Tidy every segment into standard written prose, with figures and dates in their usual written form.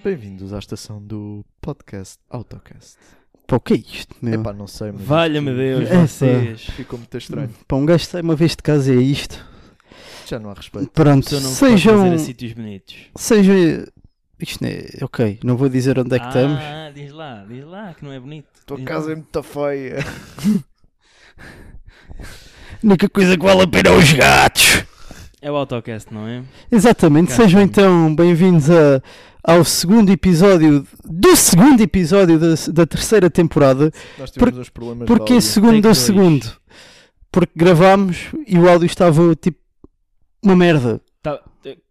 Bem-vindos à estação do podcast Autocast. Pá, o que é isto, meu? Epá, não sei, mas Valha-me Deus, Epá. vocês. ficou muito estranho. Pá, um gajo sai uma vez de casa e é isto. Já não há respeito. Pronto, Pessoa não pode sejam... fazer a sítios bonitos. Seja... Isto não é... Ok, não vou dizer onde é que estamos. Diz lá, que não é bonito. Tua Diz casa lá. é muito feia. A única coisa que vale a pena é os gatos. É o Autocast, não é? Exatamente, Cá sejam estamos. então bem-vindos ao segundo episódio da terceira temporada. Nós tivemos uns problemas Porquê de áudio. segundo Take ou dois. segundo? Porque gravámos e o áudio estava tipo uma merda. Tá-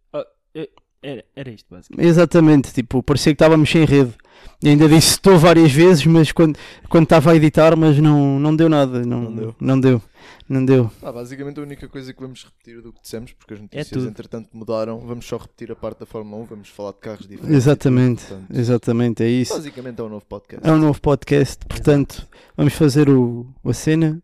Era isto, basicamente. Exatamente, tipo, parecia que estávamos sem rede. E ainda disse estou várias vezes, mas quando estava a editar, mas não deu nada. Não deu. Basicamente a única coisa que vamos repetir do que dissemos, porque as notícias tudo. entretanto mudaram, vamos só repetir a parte da Fórmula 1, vamos falar de carros diferentes. e Exatamente, tudo, portanto, exatamente, é isso. basicamente é um novo podcast. É um novo podcast, portanto, vamos fazer a cena.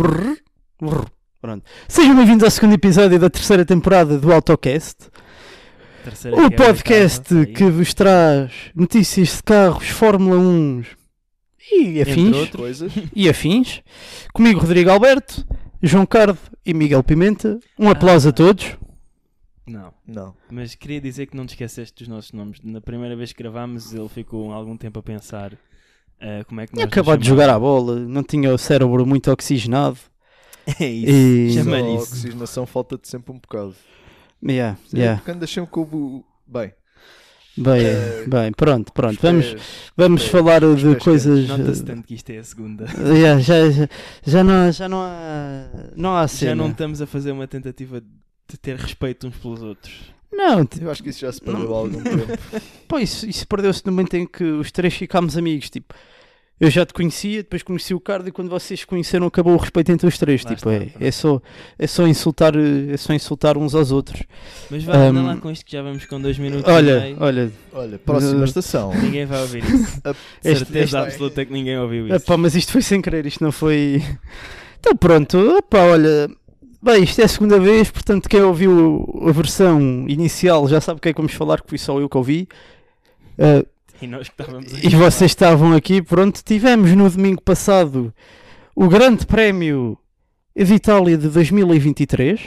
Pronto. Sejam bem-vindos ao segundo episódio da terceira temporada do Autocast, Terceira o quebra de podcast carro, que vos traz notícias de carros, Fórmula 1 e Entre afins. outros. Coisas. E afins. Comigo Rodrigo Alberto, João Cardo e Miguel Pimenta. Um aplauso a todos. Não, Não. mas queria dizer que não te esqueceste dos nossos nomes. Na primeira vez que gravámos, ele ficou algum tempo a pensar como é que Tinha nós acabado nos de jogar à bola, não tinha o cérebro muito oxigenado. É isso. E- Só Chama-lhe a isso. oxigenação falta-te sempre um bocado. Yeah. Porque andas sempre com o... Bem. Bem, pronto. os Vamos pés- falar os de pés coisas. Nota-se tanto que isto é a segunda. Já não há Já cena. não estamos a fazer uma tentativa de ter respeito uns pelos outros. Não, tipo, Eu acho que isso já se perdeu Não. há algum tempo. pô, isso perdeu-se no momento em que os três ficámos amigos. Tipo, eu já te conhecia, depois conheci o Cardo e quando vocês se conheceram acabou o respeito entre os três. Lá Tipo, está, é só insultar uns aos outros. Mas vai, anda Um, lá com isto que já vamos com 2 minutos e Olha, meio. Olha, próxima Uh, estação. Ninguém vai ouvir isso. Este- Certeza absoluta que ninguém ouviu isso. Epá, mas isto foi sem querer, isto não foi. Então pronto, epá, olha. Bem, isto é a segunda vez, portanto quem ouviu a versão inicial já sabe o que é que vamos falar, que fui só eu que ouvi. E nós que estávamos E vocês estavam aqui, pronto. Tivemos no domingo passado o Grande Prémio de Itália de 2023.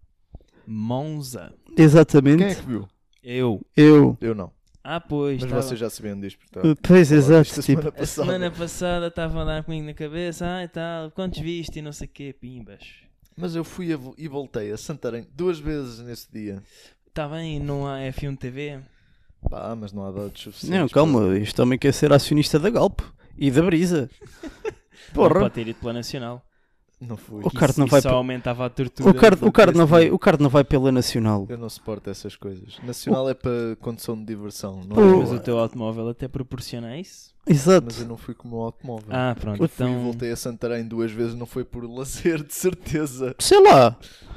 Monza. Exatamente. Quem é que viu? Eu. Eu. Não. Pois. Mas estava. vocês já sabiam disto, portanto. Pois, Falaram exato. disto a Tipo, semana A passada. semana passada estava a dar comigo na cabeça, e tal, quantos viste e não sei o quê, pimbas. Mas eu fui e voltei a Santarém 2 vezes nesse dia. Está bem, não há F1 TV? Pá, mas não há dados suficientes. não, calma, isto também quer ser acionista da Galp e da Brisa. Não Porra. pode ter ido pela Nacional. Não fui. O Cardo não vai só pa- aumentava a tortura. O Cardo não vai pela Nacional. Eu não suporto essas coisas. Nacional é para condução de diversão, não O- Mas é? o teu automóvel até proporciona isso? Exato. Mas eu não fui com o meu automóvel. Ah, pronto. Eu fui e Então, voltei a Santarém 2 vezes, não foi por lazer, de certeza. Sei lá.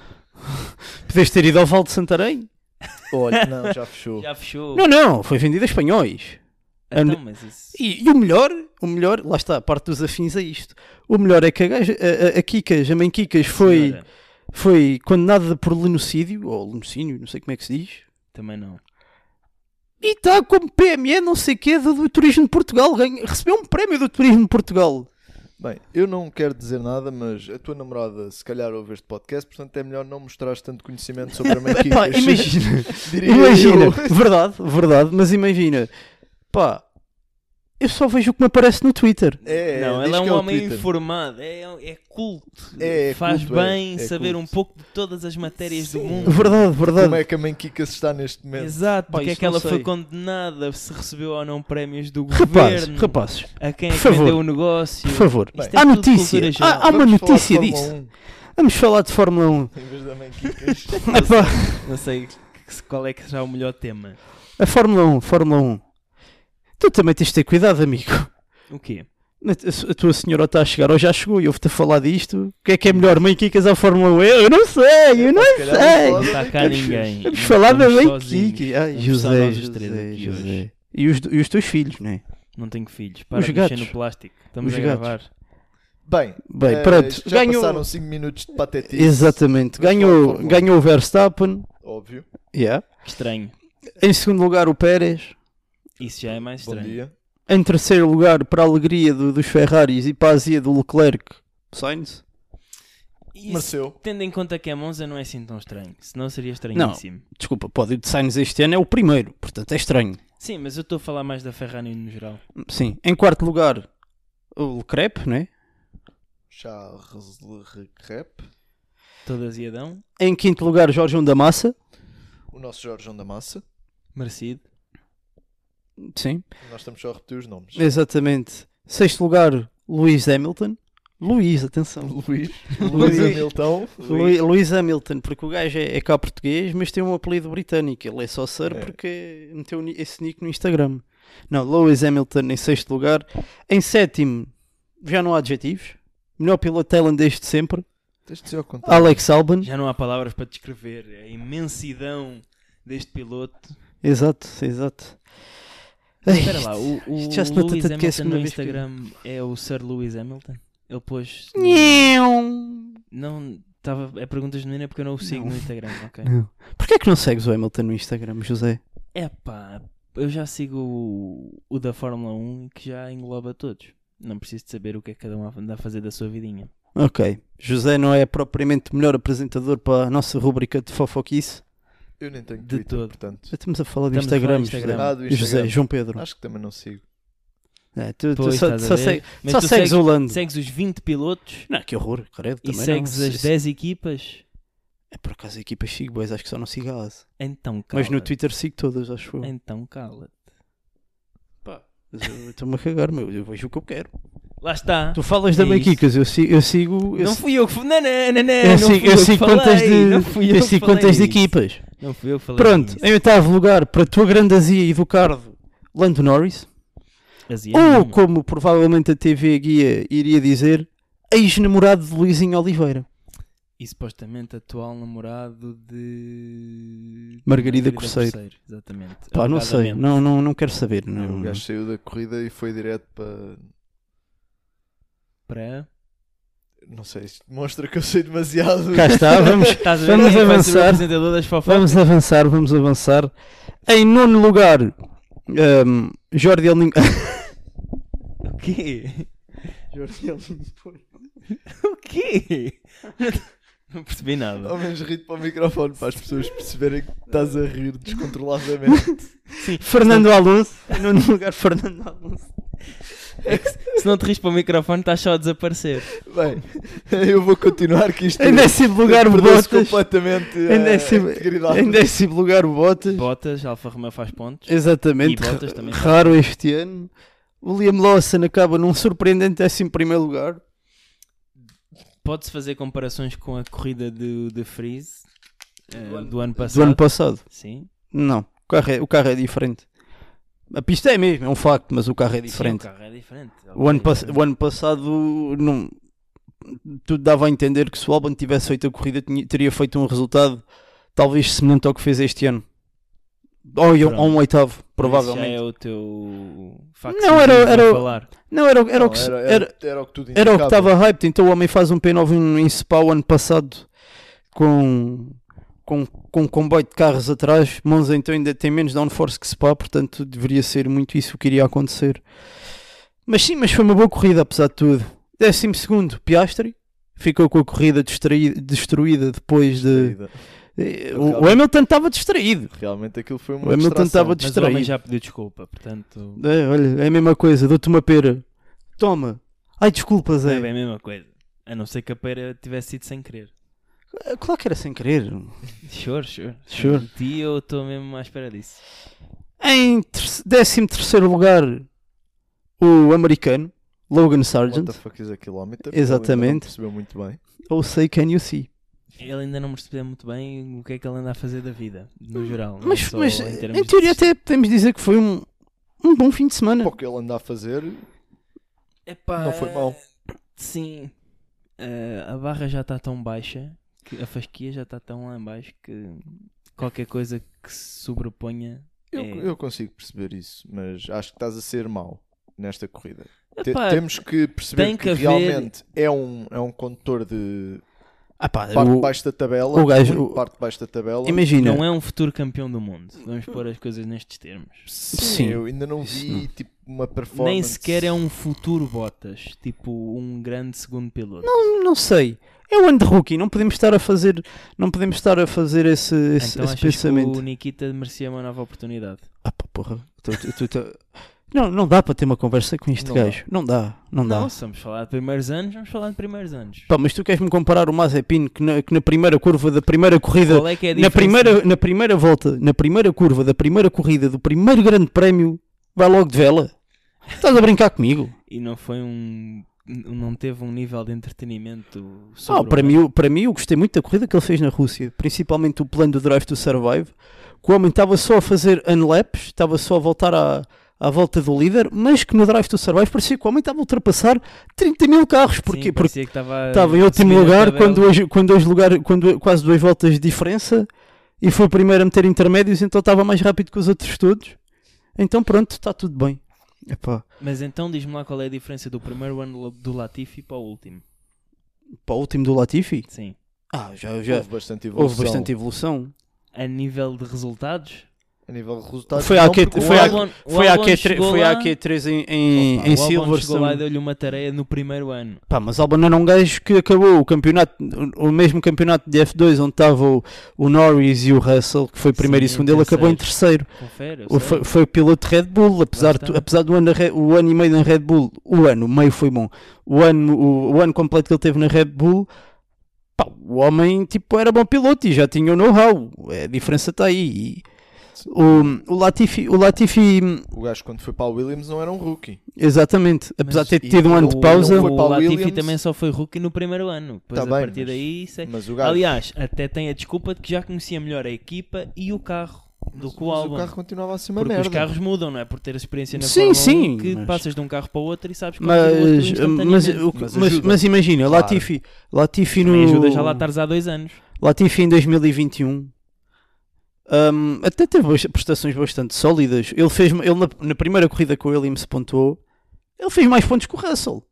Podes ter ido ao Val de Santarém? Olha, não, já fechou. já fechou. Não, foi vendido a espanhóis. Então, mas isso... E o melhor, lá está, a parte dos afins a isto. O melhor é que a Kikas, a mãe Kikas, Senhora, foi condenada por lenocídio, ou lenocínio, não sei como é que se diz. também não. E está como PME, não sei o quê, do Turismo de Portugal. Recebeu um prémio do Turismo de Portugal. Bem, eu não quero dizer nada, mas a tua namorada se calhar ouve este podcast, portanto é melhor não mostrares tanto conhecimento sobre a mãe Epá, Kikas. imagina, Diria imagina, eu. verdade, mas imagina, pá, eu só vejo o que me aparece no Twitter. Não, diz ele é que um o homem Twitter. informado, é culto. É Faz culto, bem é saber culto. um pouco de todas as matérias do Sim. mundo. Verdade. Como é que a mãe Kikas está neste momento? Exato, Pá, porque é isso que não ela sei. foi condenada, se recebeu ou não prémios do Rapazes, governo, a quem é por que favor, vendeu o negócio. por favor, Bem, Isto é há tudo notícia, cultura geral. há uma Vamos falar de notícia Fórmula disso. 1, Vamos falar de Fórmula 1. em vez da mãe Kikas. Epá, Não sei qual é que será o melhor tema. a Fórmula 1. Tu também tens de ter cuidado, amigo. O quê? A tua senhora está a chegar ou já chegou e eu vou-te a falar disto. O que é melhor, mãe Kikas ou Fórmula 1? Eu não sei, Se calhar sei. vamos Não falar está da cá mãe Kikas. ninguém. Vamos Nós falar da estamos mãe sozinhos. Kiki. Ai, Vamos só nós os três José. aqui hoje. E os teus filhos, não é? Não tenho filhos. Para Os de mexer gatos. no plástico. Estamos Os a gatos. gravar. Bem, Bem, pronto, isto já ganhou. passaram 5 minutos de patetice. Exatamente, Vamos falar de Fórmula 1. ganhou o Verstappen. Óbvio. Yeah. Que estranho. Em segundo lugar, o Pérez. Isso já é mais Bom estranho. dia. Em terceiro lugar, para a alegria dos Ferraris e para a azia do Leclerc, Sainz. Isso, Mereceu. tendo em conta que é Monza, não é assim tão estranho. Senão seria estranhíssimo. Desculpa, o pódio de Sainz este ano é o primeiro, portanto é estranho. Sim, mas eu estou a falar mais da Ferrari no geral. Sim. Em quarto lugar, o Leclerc, né? Charles Leclerc. Todo aziadão. Em quinto lugar, Jorge da Massa. O nosso Jorge João da Massa. Merecido. Sim, Nós estamos só a repetir os nomes. exatamente. Sexto lugar, Lewis Hamilton. Luís, atenção. Luís. Luís. Luís Hamilton. Lewis Hamilton, porque o gajo é cá português, mas tem um apelido britânico. Ele é só Sir porque meteu esse nick no Instagram. Não, Lewis Hamilton em sexto lugar. Em sétimo, já não há adjetivos. Melhor piloto tailandês de sempre, Tens de dizer ao contrário. Alex Albon. Já não há palavras para descrever a imensidão deste piloto. Exato, exato. Espera lá, o isto já se nota Lewis tanto que é a Hamilton segunda no vez que- Instagram é o Sir Lewis Hamilton? Ele pôs... Não, é pergunta genuína porque eu não o sigo no Instagram, ok? Não. Porquê é que não segues o Hamilton no Instagram, José? Epá, eu já sigo o da Fórmula 1 que já engloba todos. Não preciso de saber o que é que cada um anda a fazer da sua vidinha. Ok. José não é propriamente o melhor apresentador para a nossa rubrica de fofoquice. Eu nem tenho De Twitter, todo. portanto. Estamos a falar do Estamos a falar Instagram, do Instagram. José. Ah, do Instagram. José, João Pedro. Acho que também não sigo. Tu Pois, só, estás a só, ver? Mas só tu segues o Lando. Segues os 20 pilotos Não, que horror, credo. e também segues não. as 10 equipas. É por acaso equipas sigo, boys, acho que só não sigo a ASE. Então cala-te. Mas no Twitter sigo todas, acho eu. Então cala-te. Pá, mas eu estou-me a cagar, meu. Eu vejo o que eu quero. Lá está. Tu falas da É Mequicas, eu sigo. Não fui eu que falei. Não, eu não sigo, fui eu que sigo falei, contas de. não fui eu Eu que sigo falei contas de isso. equipas. Não fui eu que falei Pronto, isso. em oitavo lugar, para a tua grande azia e do Cardo, Lando Norris. Asiático. Ou, como provavelmente a TV Guia iria dizer, ex-namorado de Luizinho Oliveira. E supostamente atual namorado de Margarida Corseiro. Exatamente. Pá, não sei, Alegadamente. não quero saber. O Não. gajo saiu da corrida e foi direto para... Para... Não sei, isto demonstra que eu sei demasiado. Cá está, vamos, Estás a ver? vamos Quem vai ser o avançar. apresentador das fofocas? Vamos avançar. Em nono lugar, Jordi Alning... O quê? Jordi Alning... O quê? Não percebi nada. Ao menos rir para o microfone para as pessoas perceberem que estás a rir descontroladamente. Fernando Alonso. Em nono lugar, Fernando Alonso. Se não te rires para o microfone, estás só a desaparecer. Bem, eu vou continuar que isto Em décimo lugar, o perdeu-se Bottas. completamente Em décimo, a integridade. em décimo lugar, o Bottas. Bottas, Alfa Romeo faz pontos. Exatamente. E Bottas também faz Raro este ano. William Lawson acaba num surpreendente 11º lugar. Pode-se fazer comparações com a corrida de Freeze do ano passado? Do ano passado. Sim. Não. O carro é diferente. A pista é mesmo, é um facto, mas o carro é diferente. Sim, o carro é diferente. O ano passado não, tudo dava a entender que se o Albon tivesse feito a corrida teria feito um resultado talvez semelhante ao que fez este ano. Ou a Pronto. um oitavo, Já provavelmente. é o teu facto Não, era- falar. Não, era o que Era o que tudo era o que indicava. estava hyped. Então o homem faz um P9 em Spa o ano passado com um comboio de carros atrás. Monza então ainda tem menos downforce que Spa, portanto deveria ser muito isso que iria acontecer. Mas sim, mas foi uma boa corrida apesar de tudo. 12º Piastri ficou com a corrida destruída depois de... O Hamilton estava distraído. Realmente aquilo foi uma O Hamilton distração. estava Mas o homem distraído. já pediu desculpa, portanto... Olha, é a mesma coisa, dou-te uma pera. Toma. Ai, desculpa, É Zé. bem a mesma coisa. A não ser que a pera tivesse sido sem querer. Claro que era sem querer. Sure. Sure. De ti eu estou mesmo à espera disso. Em 13º lugar, o americano, Logan What Sargent. the fuck is a kilometer? Exatamente. Ele ainda não percebeu muito bem. Ou Say Can You See. Ele ainda não percebeu muito bem o que é que ele anda a fazer da vida, no geral. não é Mas só em termos em teoria de... até podemos dizer que foi um bom fim de semana. Para o que ele anda a fazer, Epá, não foi mal. Sim. A barra já está tão baixa, que a fasquia já está tão lá em baixo que qualquer coisa que se sobreponha... Eu consigo perceber isso, mas acho que estás a ser mau nesta corrida. Epá, Temos que perceber tem que que haver- realmente é um condutor de Ah pá, Parte de baixo da tabela. o gajo- muito parte de baixo da tabela. imagina, Não é um futuro campeão do mundo. Vamos pôr as coisas nestes termos. Sim, eu ainda não Isso vi não. tipo uma performance. Nem sequer é um futuro Bottas. Tipo, um grande segundo piloto. não sei. É o ano de rookie, não podemos estar a fazer esse Então achas pensamento. que o Nikita merecia uma nova oportunidade? Ah pá, porra. Não dá para ter uma conversa com este Não gajo. Não dá. Não, se vamos falar de primeiros anos, vamos falar de primeiros anos. Pá, mas tu queres-me comparar o Mazepin que na primeira curva da primeira corrida, Qual é que é a diferença? na primeira volta, na primeira curva da primeira corrida do primeiro grande prémio, vai logo de vela? Estás a brincar comigo? E não foi não teve um nível de entretenimento sobre Para mim, eu gostei muito da corrida que ele fez na Rússia, principalmente o plano do Drive to Survive, que o homem estava só a fazer unlaps, estava só a voltar à volta do líder, mas que no Drive to Survive parecia que o homem estava a ultrapassar 30 mil carros. Porquê? Sim, Porque parecia que estava estava em a último subir na lugar tabela. quando quase 2 voltas de diferença e foi o primeiro a meter intermédios, então estava mais rápido que os outros todos. Então pronto, está tudo bem. Epá, Mas então diz-me lá qual é a diferença do primeiro ano do Latifi para o último. para o último do Latifi, Sim. já Houve bastante evolução. houve bastante evolução. A nível de resultados, A nível de resultados. Foi não, à Q- porque foi o à- Albon- Foi a Albon chegou Q3 lá- em o Albon chegou lá e Silverstone. deu-lhe uma tarefa no primeiro ano. Pá, mas Albon era um gajo que acabou o campeonato, o mesmo campeonato de F2 onde estava o Norris e o Russell, que foi primeiro e Sim, segundo, ele acabou em terceiro. Confere, eu sei. Foi o piloto de Red Bull, apesar está. do ano, o ano e meio na Red Bull, o meio foi bom, o ano completo que ele teve na Red Bull, pá, o homem tipo, era bom piloto e já tinha o know-how, a diferença está aí. O Latifi, O gajo quando foi para a Williams não era um rookie. exatamente, apesar de ter e tido um ano de pausa, não foi para O a Latifi Williams. também só foi rookie no primeiro ano. Depois Tá a bem, partir mas- daí... Mas o gajo, Aliás, até tem a desculpa de que já conhecia melhor a equipa e o carro do que o mas Albon. o carro continuava a ser uma Porque merda. os carros mudam, não é? Por ter experiência na Sim, Fórmula 1 sim, que mas- passas de um carro para o outro e sabes como é que o outro mas instantaneamente. Mas ajuda. imagina, Claro. Latifi Também no ajuda já lá estares há 2 anos. Latifi em 2021 até teve prestações bastante sólidas. Ele na primeira corrida que o Williams pontuou, ele fez mais pontos que o Russell.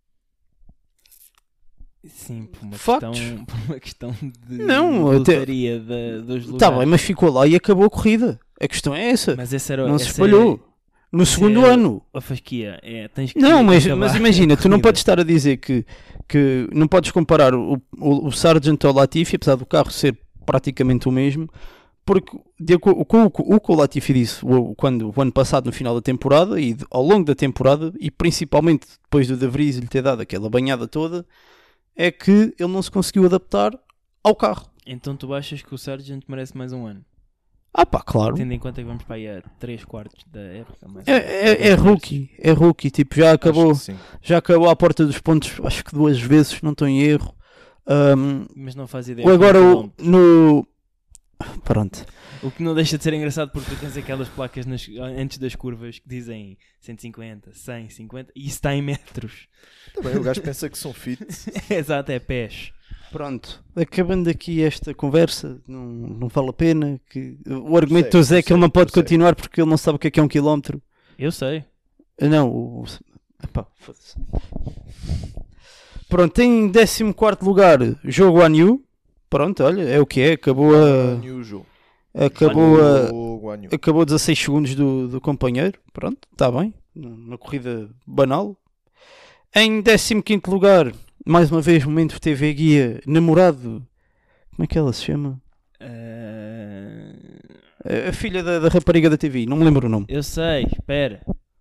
Sim, por uma, Factos. questão, por uma questão de Não, até- lotaria dos lugares. Está bem, mas ficou lá e acabou a corrida. A questão é essa. Mas esse era, Não se esse espalhou. No esse segundo é ano. A fasquia. Tens que Não, mas acabar imagina, a tu não corrida. podes estar a dizer que não podes comparar o Sargent ao Latifi, apesar do carro ser praticamente o mesmo, porque o que o Latifi disse o ano passado no final da temporada e ao longo da temporada, e principalmente depois do De Vries lhe ter dado aquela banhada toda, é que ele não se conseguiu adaptar ao carro. Então tu achas que o Sargent merece mais um ano? Ah pá, claro. Tendo em conta que vamos para aí a 3/4 da época. Mais É rookie, tipo, já acabou. Acho que sim. Já acabou à porta dos pontos, acho que 2 vezes, não estou em erro. Mas não faz ideia. Agora quanto quilómetro. Pronto. O que não deixa de ser engraçado porque tu tens aquelas placas antes das curvas que dizem 150, 100, 50 e isso está em metros. Também o gajo pensa que são fit. Exato, é pés. Pronto. Acabando aqui esta conversa, não vale a pena. O argumento do Zé é que sei, ele não pode eu sei. continuar porque ele não sabe o que é 1 quilómetro. Eu sei. Não, epá, foda-se. Pronto, em 14º lugar, Jogo Guanyu. Pronto, olha, é o que é. Acabou acabou 16 segundos do companheiro. Pronto, está bem. Uma corrida banal. Em 15º lugar, mais uma vez, momento TV Guia, namorado. Como é que ela se chama? A filha da rapariga da TV, não me lembro o nome. Eu sei, espera.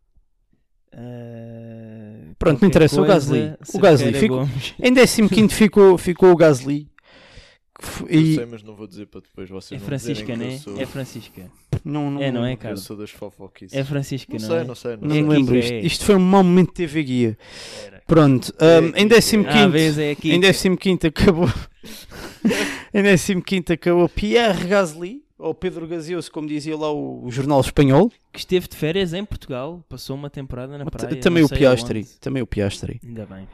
Pronto, não interessa, o Gasly. O Gasly ficou. Em 15º ficou o Gasly. Eu sei, mas não vou dizer para depois vocês É não dizerem Francisca, que né? eu sou... É Francisca. Não, Não é, Eu Carlos? sou das fofoquices. É Francisca, Não não, sei, é? não sei. Não É me lembro. Kika, é. Isto foi um mau momento de TV Guia. Espera. Pronto, em 15º. À vez é aqui. Em 15º acabou. Em 15º acabou Pierre Gasly, ou Pedro Gaseoso, como dizia lá o jornal espanhol. Que esteve de férias em Portugal. Passou uma temporada na praia. Também não o sei Piastri. aonde. Também o Piastri. Ainda bem.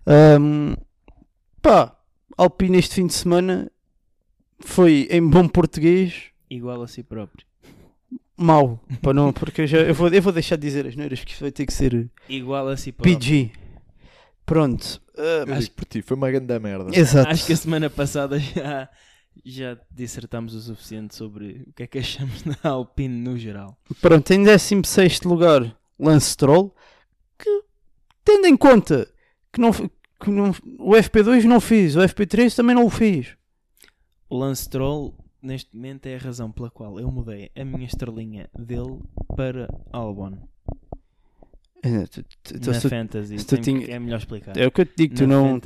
Pá, Alpine este fim de semana foi, em bom português, Igual a si próprio. mau. Para não, porque eu vou deixar de dizer as neiras, que isso vai ter que ser Igual a si próprio. PG. Pronto. Eu digo por ti, foi uma grande merda. Exato. Acho que a semana passada já dissertámos o suficiente sobre o que é que achamos da Alpine no geral. Pronto, em 16º lugar, Lance Stroll, que tendo em conta que o FP2 não fez, o FP3 também não o fez. O Lance Stroll, neste momento, é a razão pela qual eu mudei a minha estrelinha dele para Albon. Na Fantasy, é melhor explicar. É o que eu te digo,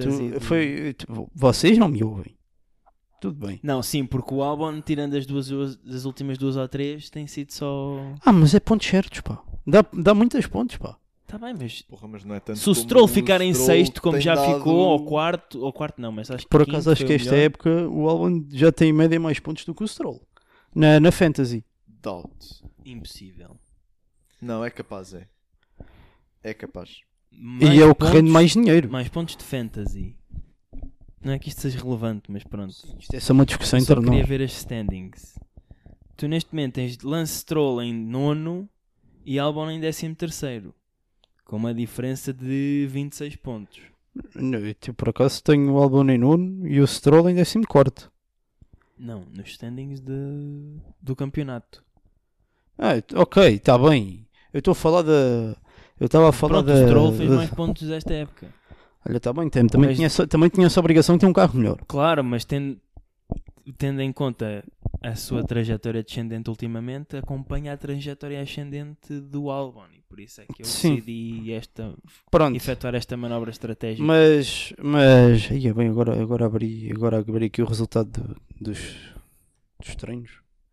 vocês não me ouvem. Tudo bem. Não, sim, porque o Albon, tirando as últimas 2 ou 3, tem sido só... mas é pontos certos, pá. Dá muitos pontos, pá. Está bem, mas... Porra, mas não é tanto se o Stroll como ficar em Stroll 6º, como já ficou, ou quarto não, mas acho que por acaso acho que esta época o Albon já tem em média mais pontos do que o Stroll. Na Fantasy. Doubt. Impossível. Não, é capaz, é. É capaz. E é o que rende mais dinheiro. Mais pontos de Fantasy. Não é que isto seja relevante, mas pronto. Isto é só uma discussão Só entre nós. queria ver as standings. Tu neste momento tens Lance Stroll em 9º e Albon em 13º. Com uma diferença de 26 pontos. Eu, por acaso tenho o Albon em 9º e o Stroll em 14º. Não, nos standings do campeonato. Ok, está bem. Eu estou a falar da... Eu estava a falar Pronto, o Stroll fez mais pontos desta época. Olha, está bem, também tinha essa obrigação de ter um carro melhor. Claro, mas tendo em conta a sua trajetória descendente ultimamente, acompanha a trajetória ascendente do Albon. E por isso é que eu decidi efetuar esta manobra estratégica. Mas aí bem, agora abri aqui o resultado dos treinos.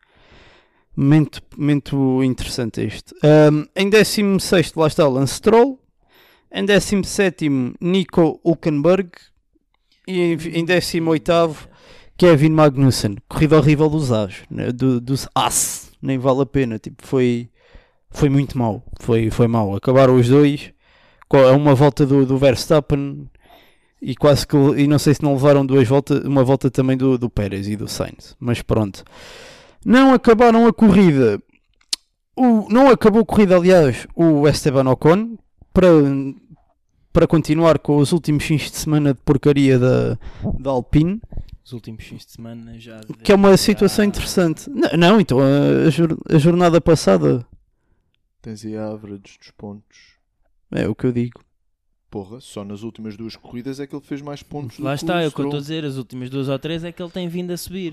Momento interessante este. Em 16º lá está Lance Stroll. Em 17º Nico Hülkenberg. E em 18º Kevin Magnussen. Corrida horrível dos As, né? dos As. Nem vale a pena. Tipo, foi muito mau. Foi mau. Acabaram os dois a uma volta do Verstappen. E quase que... E não sei se não levaram uma volta também do Pérez e do Sainz. Mas pronto. Não acabaram a corrida. Não acabou a corrida, aliás, o Esteban Ocon para continuar com os últimos fins de semana de porcaria da Alpine. Os últimos fins de semana já... Que é uma situação interessante. Não, então a jornada passada... Tens aí a average dos pontos. É o que eu digo. Porra, só nas últimas 2 corridas é que ele fez mais pontos Lá do está, que é o que eu estou a dizer. As últimas 2 ou 3 é que ele tem vindo a subir.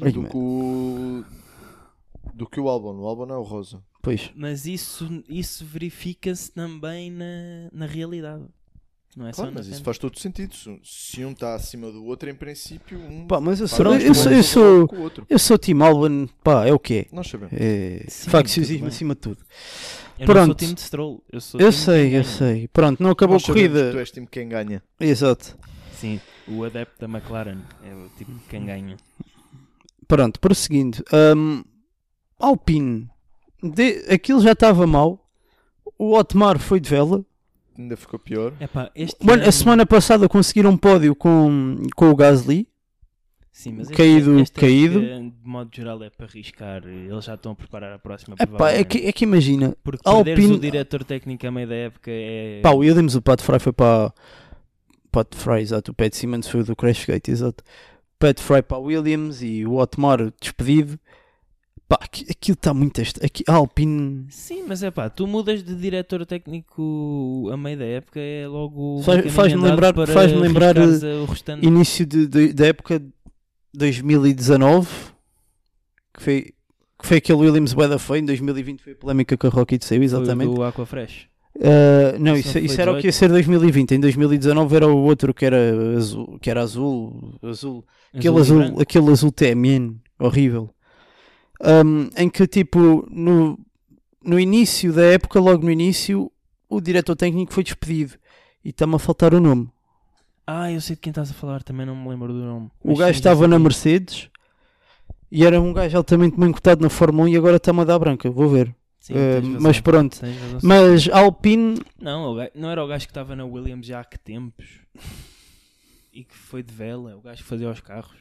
Do que o Albon. O Albon é o rosa. Pois. Mas isso verifica-se também na realidade. Não é claro, só mas isso faz todo sentido. Se um está acima do outro, em princípio, mas eu sou Team Albon, pá, é o que é. Nós sabemos. Facciosismo acima de tudo. Eu não sou time de Stroll. Eu sei. Pronto, não acabou a corrida. Tu és time quem ganha. Exato. Sim, o adepto da McLaren é o tipo de quem ganha. Pronto, prosseguindo. Alpine, aquilo já estava mal. O Otmar foi de vela. Ainda ficou pior. A semana passada conseguiram um pódio com o Gasly. Sim, mas caído. De modo geral é para arriscar. Eles já estão a preparar a próxima. É que imagina. Porque perderes o diretor técnico a meio da época é... o Williams, o Pat Fry foi para... Pat Fry, exato. O Pat Simmons foi do Crashgate, exato. Pat Fry para a Williams e o Otmar despedido. Aquilo está muito... A Alpine... Sim, mas tu mudas de diretor técnico a meio da época, é logo... Faz-me lembrar o restante... início da época 2019, que foi aquele Williams bué da feio. Em 2020 foi a polémica que a Rocket saiu, exatamente. Foi do Aquafresh. Não, isso era o que ia ser 2020. Em 2019 era o outro que era azul. Aquele azul TMN, horrível. Em que tipo no início da época, logo no início, o diretor técnico foi despedido e está-me a faltar o nome. Eu sei de quem estás a falar, também não me lembro do nome. O gajo estava na Mercedes e era um gajo altamente bem cotado na Fórmula 1 e agora está-me a dar branca, vou ver. Sim, mas pronto, mas Alpine... Não era o gajo que estava na Williams já há que tempos e que foi de vela, o gajo que fazia os carros.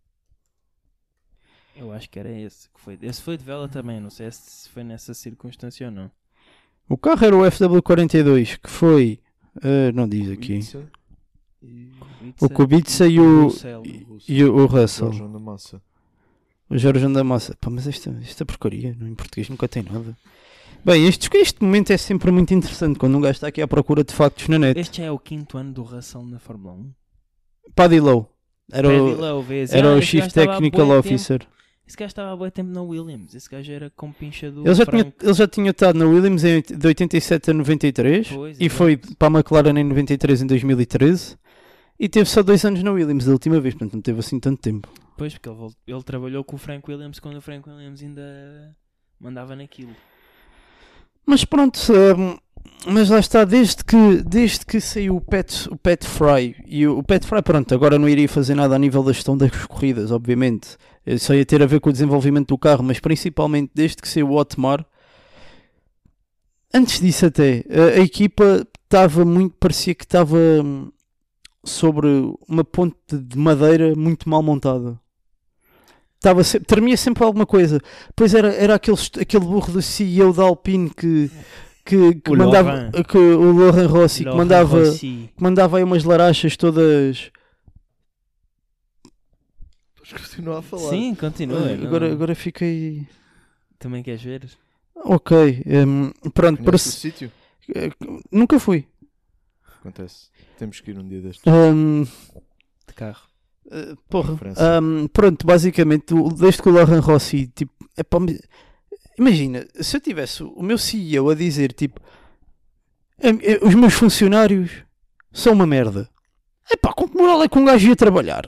Eu acho que era esse que foi. Esse foi de vela também, não sei se foi nessa circunstância ou não. O carro era o FW42, que foi... não diz aqui. O Kubica e o Russell. O João da Massa. O Jorge da Massa. Pá, mas esta porcaria, em português nunca tem nada. Bem, este momento é sempre muito interessante quando um gajo está aqui à procura de factos na net. Este já é o 5º ano do Russell na Fórmula 1. Paddy Lowe. Era o Chief Technical Officer. Esse gajo estava há bom tempo na Williams. Esse gajo era com pincha do ele já tinha estado na Williams de 87 a 93. E foi para a McLaren em 93 em 2013. E teve só 2 anos na Williams da última vez. Portanto não teve assim tanto tempo. Pois, porque ele trabalhou com o Frank Williams quando o Frank Williams ainda mandava naquilo. Mas pronto, mas lá está, desde que saiu o Pat Fry, e o Pat Fry, pronto, agora não iria fazer nada a nível da gestão das corridas, obviamente, só ia ter a ver com o desenvolvimento do carro, mas principalmente desde que saiu o Otmar, antes disso até, a equipa parecia que estava sobre uma ponte de madeira muito mal montada. Tremia sempre alguma coisa. Depois era aquele burro do CEO da Alpine que mandava, o Laurent Rossi, que mandava aí umas larachas todas. Continua a falar. Sim, continua. Agora fiquei. Também queres ver? Ok, pronto. Para o sítio? Nunca fui. Acontece. Temos que ir um dia destes. De carro. Pronto, basicamente, desde que o Laurent Rossi, tipo, imagina, se eu tivesse o meu CEO a dizer, tipo, os meus funcionários são uma merda, com que moral é que um gajo ia trabalhar?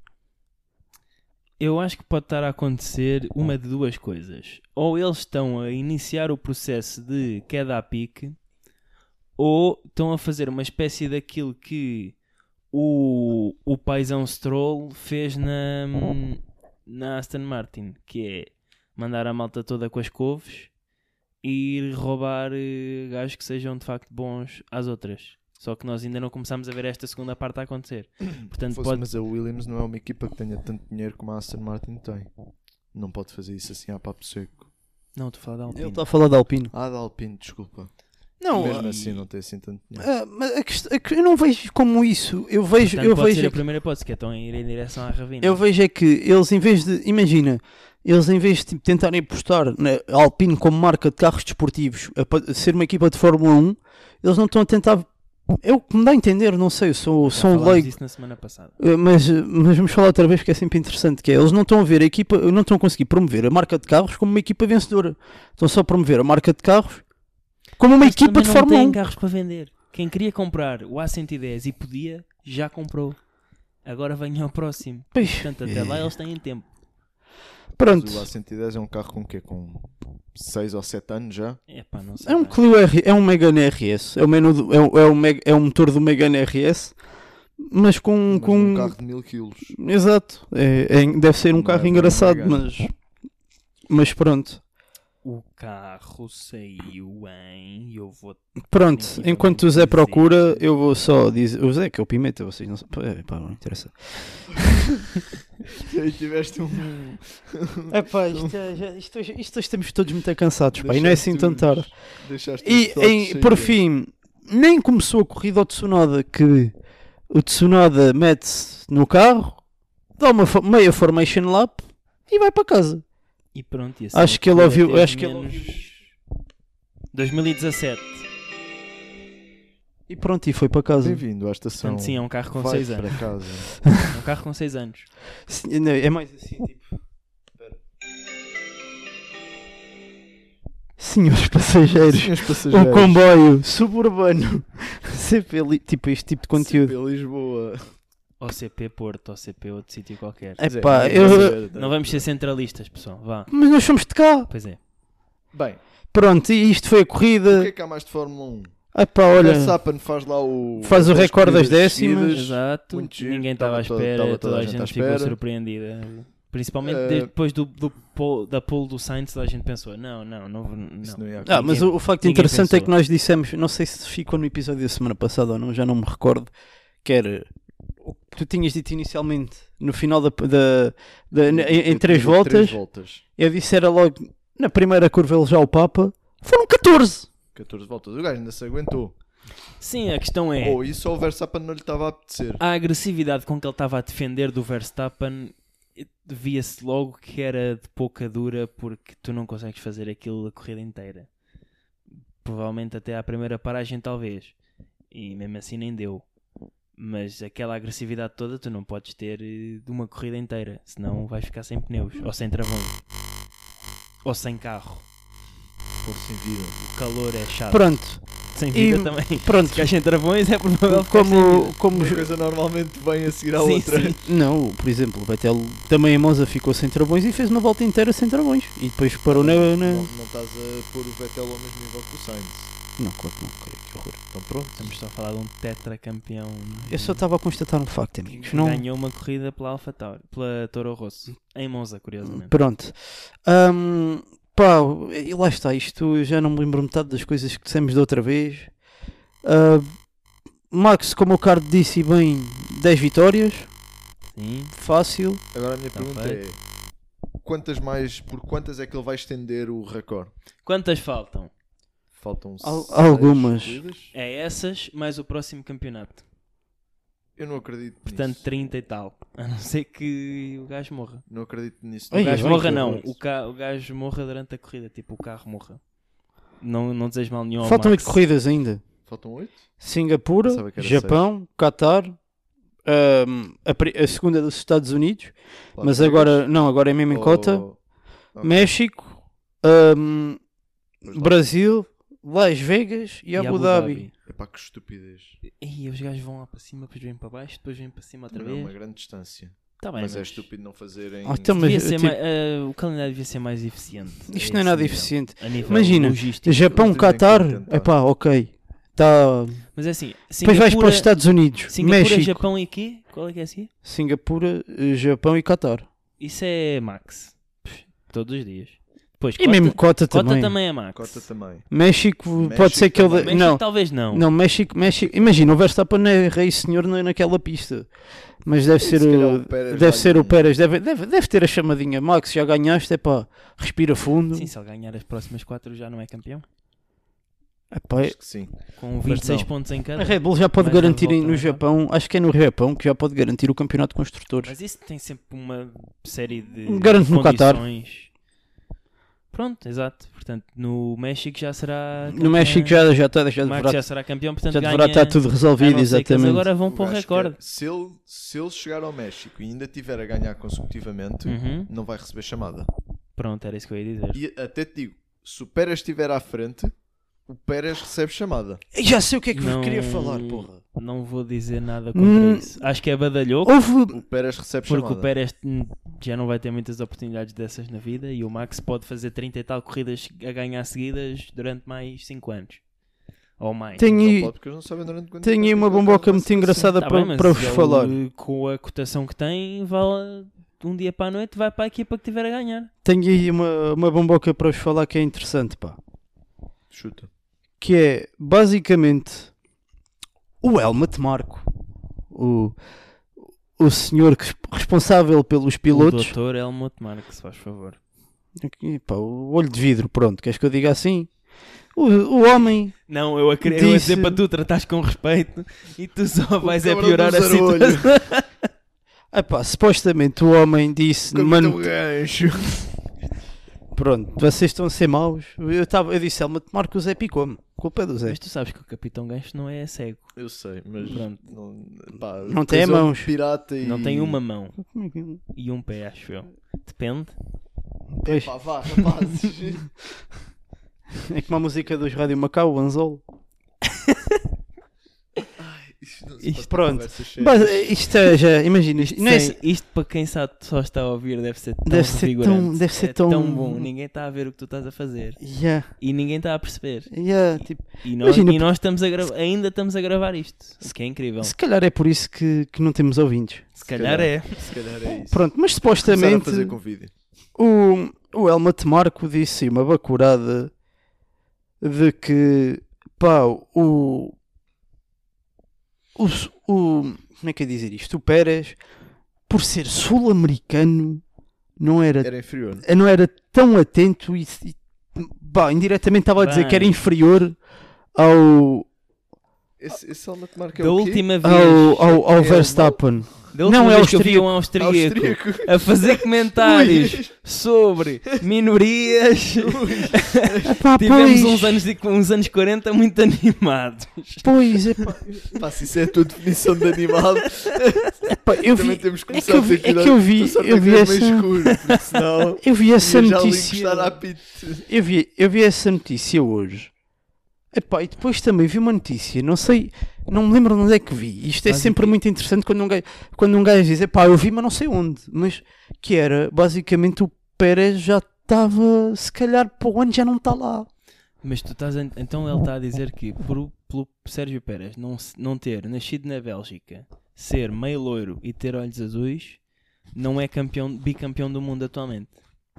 Eu acho que pode estar a acontecer uma de duas coisas. Ou eles estão a iniciar o processo de queda a pique, ou estão a fazer uma espécie daquilo que o paizão Stroll fez na Aston Martin, que é mandar a malta toda com as couves e ir roubar gajos que sejam de facto bons às outras. Só que nós ainda não começámos a ver esta segunda parte a acontecer. Portanto, mas a Williams não é uma equipa que tenha tanto dinheiro como a Aston Martin tem. Não pode fazer isso assim a papo seco. Não, estou a falar da Alpine. Ele está a falar da Alpine. Da Alpine, desculpa. Não, mesmo assim não tem assim tanto dinheiro. Mas eu não vejo como isso. Eu vejo pode ser a primeira hipótese, que é estão a ir em direção à ravina. Eu vejo é que eles, em vez de tipo, tentarem apostar na Alpine como marca de carros desportivos, a ser uma equipa de Fórmula 1, eles não estão a tentar. É o que me dá a entender, não sei, eu sou um leigo. Isso na semana passada. Mas vamos falar outra vez, porque é sempre interessante, que é, eles não estão a ver a equipa, não estão a conseguir promover a marca de carros como uma equipa vencedora. Estão só a promover a marca de carros como uma equipa de Fórmula 1. Não tem carros para vender. Quem queria comprar o A110 e podia, já comprou. Agora venha ao próximo. Portanto, até lá eles têm tempo. Pronto. Mas o A110 é um carro com o quê? Com 6 ou 7 anos já? Não sei é um Clio é um Megane RS. É o motor do Megane RS. Mas com um carro de 1000 kg. Exato. Deve ser um carro engraçado, mas pronto. O carro saiu em... Eu vou... Pronto, enquanto o Zé procura, eu vou só dizer... O Zé que é o Pimenta, vocês não sabem... não interessa. E tiveste isto estamos todos muito cansados, pá, e não é assim tão tarde. E por fim, nem começou a corrida ao Tsunoda, que o Tsunoda mete-se no carro, dá uma meia formation lap e vai para casa. E pronto, acho que ele ouviu. 2017. E pronto, e foi para casa. Bem-vindo à estação. Portanto, sim, é um carro com 6 anos. Para casa. É um carro com 6 anos. Sim, não, é mais assim, tipo. Senhores passageiros, o comboio suburbano CP, tipo este tipo de conteúdo. CP Lisboa. Ou CP Porto, ou CP outro sítio qualquer. Não vamos ser centralistas, pessoal. Vá. Mas nós somos de cá. Pois é. Bem. Pronto, e isto foi a corrida. O que é que há mais de Fórmula 1? Olha, Verstappen faz lá faz o recorde das décimas. Exato. Ninguém estava à espera, toda a gente ficou surpreendida. Principalmente depois da pole do Sainz, a gente pensou, não. Mas o facto interessante é que nós dissemos, não sei se ficou no episódio da semana passada ou não, já não me recordo, que era o que tu tinhas dito inicialmente no final em 3 voltas. Eu disse era logo na primeira curva ele já o Papa, foram 14 voltas, o gajo ainda se aguentou. Sim, a questão é... Ou isso ou o Verstappen não lhe estava a apetecer. A agressividade com que ele estava a defender do Verstappen, via-se logo que era de pouca dura, porque tu não consegues fazer aquilo a corrida inteira. Provavelmente até à primeira paragem talvez. E mesmo assim nem deu. Mas aquela agressividade toda tu não podes ter de uma corrida inteira. Senão vais ficar sem pneus. Ou sem travão. Ou sem carro. Ou sem vida. O calor é chato. Pronto. Sem vida também. Pronto. Se ficares sem travões é provável que como uma coisa normalmente vem a seguir à sim, outra. Sim. Não, por exemplo, o Vettel também em Monza ficou sem travões e fez uma volta inteira sem travões. E depois parou na... Não estás a pôr o Vettel ao mesmo nível que o Sainz. Não, claro que não, que horror. Então pronto. Estamos só a falar de um tetracampeão. Eu só estava a constatar um facto, amigos. Não... Ganhou uma corrida pela AlphaTauri, pela Toro Rosso, em Monza, curiosamente. Pronto. Pá, e lá está, isto eu já não me lembro metade das coisas que dissemos da outra vez. Max, como o Cardo disse bem, 10 vitórias. Sim. Fácil. Agora a minha pergunta é: por quantas é que ele vai estender o recorde? Quantas faltam? Faltam algumas. É essas, mais o próximo campeonato. Eu não acredito nisso. Portanto, 30 e tal. A não ser que o gajo morra. Não acredito nisso. O gajo morra não. O gajo morra durante a corrida. Tipo, o carro morra. Não desejo mal nenhum ao Faltam Max. 8 corridas ainda. Faltam 8? Singapura, Japão, Qatar, a segunda dos Estados Unidos. Claro, mas agora é mesmo em cota. Okay. México, Brasil, Las Vegas e Abu Dhabi. Epá, que estupidez. E os gajos vão lá para cima, depois vêm para baixo, depois vêm para cima outra vez. É uma grande distância. Tá bem, mas é estúpido não fazerem... Então, o calendário devia ser mais eficiente. Isto não é nada eficiente. Imagina, Japão, Qatar, epá, ok. Tá... Mas é assim, depois vais para os Estados Unidos, Singapura, México. Japão e quê? Qual é que é assim? Singapura, Japão e Qatar. Isso é Max. Todos os dias. Depois, e mesmo Cota também. Cota também é Max. Cota também. México pode ser que ele... México não, talvez não. Não, México... Imagina, o Verstappen é rei senhor naquela pista. Mas deve ser o Pérez. Deve ter a chamadinha. Max, já ganhaste, é pá, respira fundo. Sim, se ele ganhar as próximas 4 já não é campeão. Epá, acho que sim. Com 26 pontos em cada. A Red Bull já pode garantir no Japão, acho que é no Japão que já pode garantir o campeonato de construtores. Mas isso tem sempre uma série de garante no Qatar. Pronto, exato. Portanto, no México já será campeão. No México já já será campeão, portanto já deverá estar tudo resolvido, exatamente. Agora vão para o recorde. Se ele chegar ao México e ainda tiver a ganhar consecutivamente, não vai receber chamada. Pronto, era isso que eu ia dizer. E até te digo, se o Pérez estiver à frente, o Pérez recebe chamada. Já sei o que é que vos queria falar, porra. Não vou dizer nada contra isso. Acho que é badalhoco. O Pérez recebe chamada. Porque o Pérez já não vai ter muitas oportunidades dessas na vida e o Max pode fazer 30 e tal corridas a ganhar seguidas durante mais 5 anos. Ou mais. Tenho aí uma bomboca muito engraçada para vos falar. Com a cotação que tem, vale um dia para a noite, vai para a equipa que tiver a ganhar. Tenho aí uma bomboca para vos falar que é interessante, pá. Chuta. Que é, basicamente, o Helmut Marko, o senhor responsável pelos pilotos. O Dr. Helmut Marko, se faz favor. Aqui, pá, o olho de vidro, pronto, queres que eu diga assim? O homem... Não, eu queria dizer para tu tratares com respeito e tu só vais piorar a situação. Epá, supostamente o homem disse... Pronto, vocês estão a ser maus. Eu disse, Helmut Marko, o Zé picou-me. Culpa é do Zé. Mas tu sabes que o Capitão Gancho não é cego. Eu sei, mas pronto. Não tem mãos. Pirata e... Não tem uma mão. E um pé, acho eu. Depende. Epá, vá, rapazes. É como a música dos Rádio Macau, o Anzol. Pronto, isto é já, imagina isto para quem sabe, só está a ouvir, deve ser tão deve ser tão bom. Ninguém está a ver o que tu estás a fazer e ninguém está a perceber. Tipo, e nós estamos ainda estamos a gravar isto, que é incrível. Se calhar é por isso que não temos ouvintes. Se calhar é isso. Pronto, mas supostamente fazer com vídeo. O Helmut Marko disse uma bacurada de que pá, como é que é dizer isto? O Pérez, por ser sul-americano, era inferior. Não era tão atento e indiretamente estava a dizer que era inferior Esse Helmut Marko é da o quê? última vez. Ao Verstappen. Da última vez que eu vi um austríaco a fazer comentários sobre minorias. Tivemos uns anos 40 muito animados. Pois, se isso é a tua definição de animado, também temos que começar a ter cuidado. Eu vi essa notícia. Eu vi essa notícia hoje. E depois também vi uma notícia, não me lembro onde é que vi. Isto é sempre muito interessante quando um gajo diz, eu vi, mas não sei onde. Mas que era, basicamente, o Pérez já estava, se calhar, para o ano já não está lá. Mas tu estás, então ele está a dizer que pelo Sérgio Pérez não ter nascido na Bélgica, ser meio loiro e ter olhos azuis, não é bicampeão do mundo atualmente.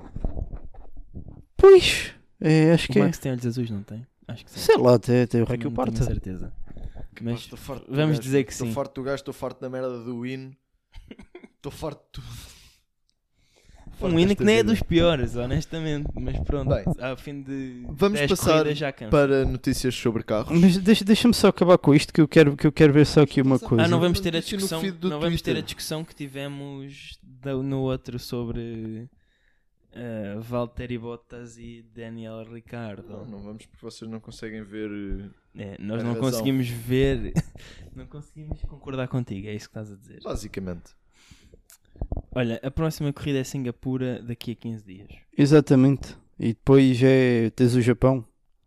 Pois, acho que o Max tem olhos azuis, não tem? Acho que sim. Sei lá, tem o Raquel Parta. Não tenho certeza. Mas vamos dizer que sim. Estou farto do gajo, estou farto da merda do hino. Estou farto de tudo. Um hino que nem é dos piores, honestamente. Mas pronto, bem, ao fim de vamos passar já cansa. Para notícias sobre carros. Mas deixa-me só acabar com isto, que eu quero ver só aqui uma coisa. Não vamos ter a discussão. Não vamos ter a discussão que tivemos no outro sobre Valtteri Bottas e Daniel Ricciardo. Não vamos, porque vocês não conseguem ver. Nós não conseguimos ver. Não conseguimos concordar contigo, é isso que estás a dizer. Basicamente. Olha, a próxima corrida é Singapura daqui a 15 dias. Exatamente. E depois tens o Japão,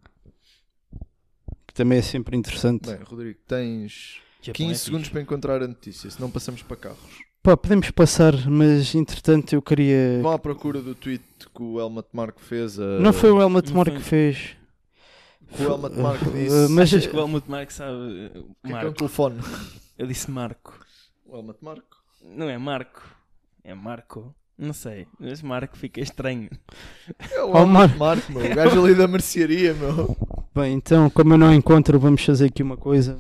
que também é sempre interessante. Bem, Rodrigo, tens 15 segundos para encontrar a notícia, senão passamos para carros. Podemos passar, mas entretanto eu queria... Vão à procura do tweet que o Helmut Marko fez. Não foi o Helmut Marko que fez. O Helmut Marko disse... Mas achas que o Helmut Marko sabe... Que é um telefone? Eu disse Marco. O Helmut Marko? Não é Marco. É Marco. Não sei. Mas Marco fica estranho. É o Helmut Marko, meu. O gajo ali da mercearia, meu. Bem, então, como eu não encontro, vamos fazer aqui uma coisa.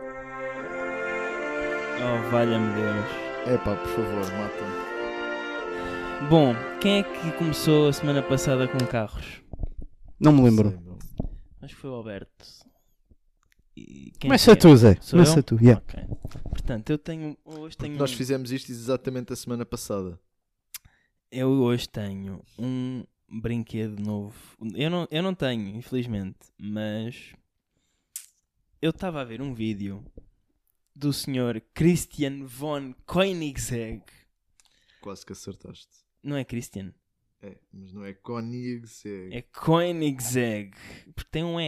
Oh, valha-me Deus. Epá, por favor, mata-me. Bom, quem é que começou a semana passada com carros? Não me lembro. Acho que foi o Alberto. Começa tu, Zé. Começa tu, yeah. Okay. Portanto, hoje tenho... Nós fizemos isto exatamente a semana passada. Eu hoje tenho um brinquedo novo. Eu não tenho, infelizmente, mas eu estava a ver um vídeo do senhor Christian von Koenigsegg. Quase que acertaste. Não é Christian? É, mas não é Koenigsegg. É Koenigsegg. Porque tem um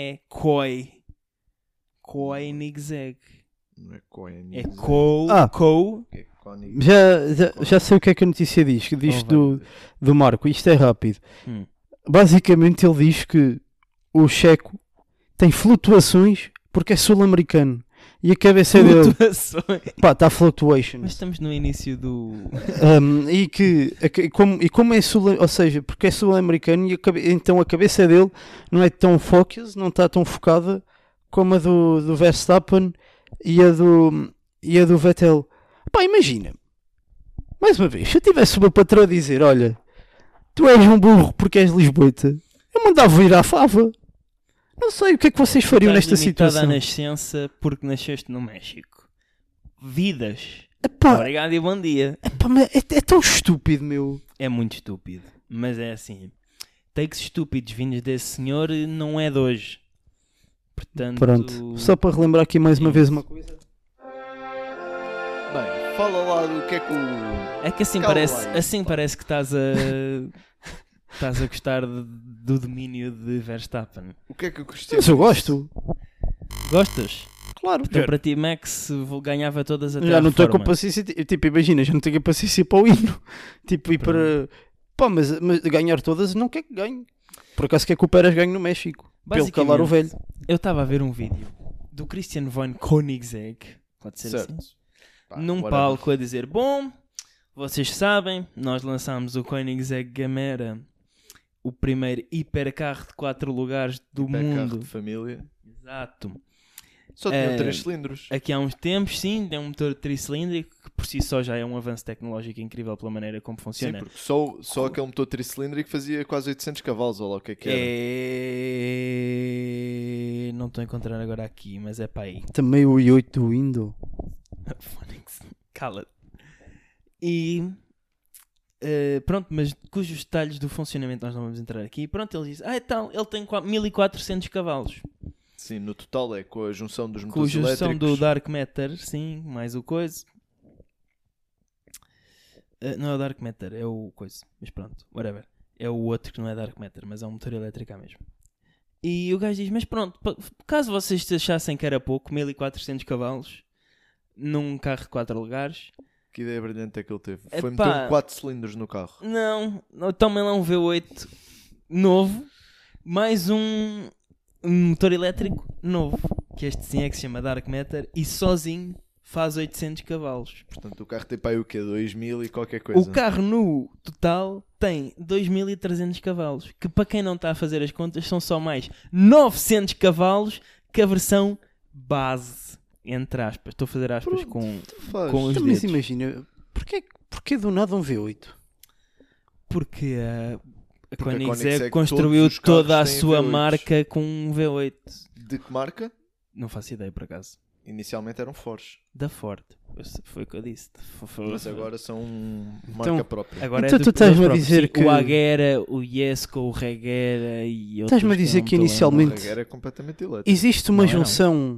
Koenigsegg. Não é Koenigsegg. É Co. É já sei o que é que a notícia diz. Que diz do Marco. Isto é rápido. Basicamente ele diz que o checo tem flutuações porque é sul-americano. E a cabeça dele... Está fluctuations. Mas estamos no início do... como é ou seja, porque é sul-americano, então a cabeça dele não é tão focus, não está tão focada como a do Verstappen e a do Vettel. Imagina. Mais uma vez, se eu tivesse o meu patrão a dizer, olha, tu és um burro porque és lisboeta, eu mandava ir à fava. Não sei o que é que vocês fariam nesta situação. À nascença porque nasceste no México. Vidas. Obrigado e bom dia. É tão estúpido, meu. É muito estúpido. Mas é assim. Takes estúpidos vindos desse senhor não é de hoje. Portanto... Pronto. Só para relembrar aqui mais uma vez uma coisa. Bem, fala lá do que é que o... É que assim parece que estás a gostar do domínio de Verstappen. O que é que o Cristiano... Mas eu gosto. Gostas? Claro. Então para ti Max ganhava todas até já não estou com paciência. Tipo, imagina, já não tenho paciência para o hino. Tipo, e para... mas ganhar todas não quer que ganhe. Por acaso quer que o Pérez ganhe no México. Pelo calar o velho. Eu estava a ver um vídeo do Christian von Koenigsegg. Pode ser certo. assim. Num palco a dizer, bom, vocês sabem, nós lançámos o Koenigsegg Gamera, o primeiro hipercarro de 4 lugares do mundo. De família. Exato. Só tinha 3 cilindros. Aqui há uns tempos, sim, tem um motor tricilíndrico, que por si só já é um avanço tecnológico incrível pela maneira como funciona. Sim, porque só aquele motor tricilíndrico fazia quase 800 cavalos, ou lá o que é que era. não estou a encontrar agora aqui, mas é para aí. Também o i8 do Windows. Cala-te. E pronto, mas cujos detalhes do funcionamento nós não vamos entrar aqui. Pronto, ele diz, então, ele tem 1400 cavalos. Sim, no total é com a junção dos com motores elétricos. Com a junção do Dark Matter, sim, mais o coisa. Não é o Dark Matter, é o coisa. Mas pronto, whatever. É o outro que não é Dark Matter, mas é um motor elétrico mesmo. E o gajo diz, mas pronto, caso vocês achassem que era pouco, 1400 cavalos, num carro de 4 lugares... Que ideia brilhante é que ele teve. Foi meter 4 cilindros no carro. Não, tomem lá um V8 novo, mais um motor elétrico novo, que este sim é que se chama Dark Matter, e sozinho faz 800 cavalos. Portanto, o carro tem para aí o quê? 2000 e qualquer coisa. O carro no total tem 2300 cavalos, que para quem não está a fazer as contas são só mais 900 cavalos que a versão base. Entre aspas, estou a fazer aspas com os dedos. Mas imagina, porquê do nada um V8? Porque a Koenigsegg construiu toda a sua marca com um V8. De que marca? Não faço ideia, por acaso. Inicialmente eram Fords. Da Ford. Foi o que eu disse. Mas agora são marca própria. Agora então tu estás-me a dizer que... O Agera, o Jesko, o Regera e outros... Estás-me a dizer que inicialmente... O Regera é completamente elétrico. Existe uma junção...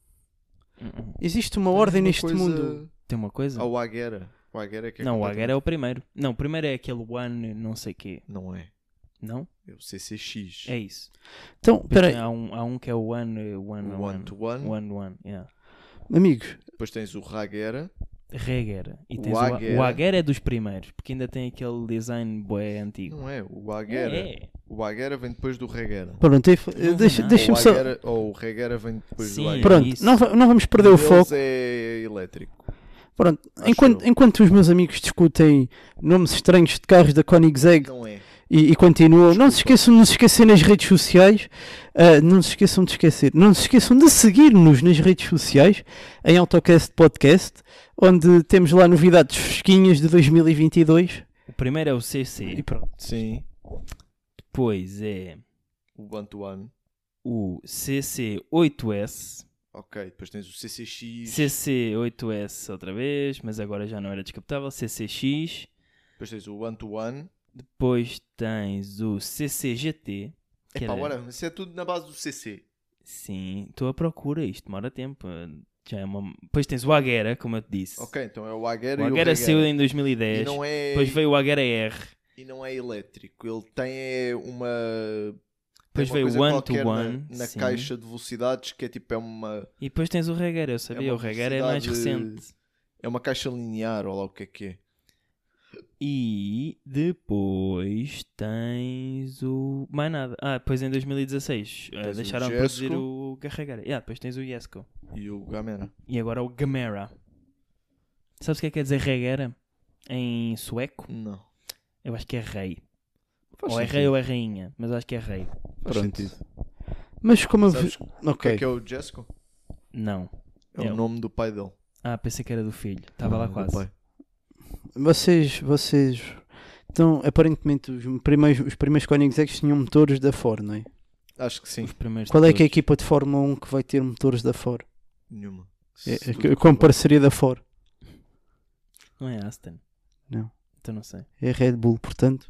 Existe uma ordem neste mundo. Tem uma coisa? O Agera. O Agera é que é não, o Agera é o primeiro. Não, o primeiro é aquele One, não sei o quê. Não é. Não? É o CCX. É isso. Então, peraí. Há um que é o One to One. One, yeah. Amigos. Depois tens o Regera. E tens o Agera é dos primeiros, porque ainda tem aquele design bué antigo. Não é, o Agera. O Agera vem depois do Regera. Pronto, deixa-me só... Ou o Regera vem depois Sim, do Agera. Pronto, não vamos perder o foco. É elétrico. Pronto, enquanto os meus amigos discutem nomes estranhos de carros da Koenigsegg e continuam, não se esqueçam de nos esquecer nas redes sociais, não se esqueçam de seguir-nos nas redes sociais, em Autocast Podcast, onde temos lá novidades fresquinhas de 2022. O primeiro é o CC. E pronto. Sim. Depois é o One to One. O CC8S. Ok, depois tens o CCX. CC8S outra vez, mas agora já não era descapotável. CCX. Depois tens o One to One. Depois tens o CCGT. Isso é tudo na base do CC. Sim, estou à procura, isto demora tempo. Depois tens o Agera, como eu te disse. Ok, então é o Agera e o Agera saiu em 2010. E não é... Depois veio o Agera R. E não é elétrico, ele tem uma... Depois veio o One to One na caixa de velocidades, que é tipo uma... E depois tens o Regera, eu sabia, o Regera é mais recente. É uma caixa linear, ou lá o que é. E depois tens o... Mais nada. Depois em 2016 deixaram de produzir o Regera. Depois tens o Jesko. E o Gamera. E agora o Gamera. Sabes o que é que quer dizer Regera em sueco? Não. Eu acho que é rei. Ou é rei ou é rainha, mas acho que é rei. Faz sentido. Mas como sabes o que é o Jesko? Não. É o nome do pai dele. Pensei que era do filho. Estava lá quase. Pai. Vocês... Então, aparentemente, os primeiros Koenigseggs tinham motores da Ford, não é? Acho que sim. Qual é que é a equipa de Fórmula 1 que vai ter motores da Ford? Nenhuma. Com parceria da Ford. Não é Aston? Não. Então não sei. É Red Bull, portanto.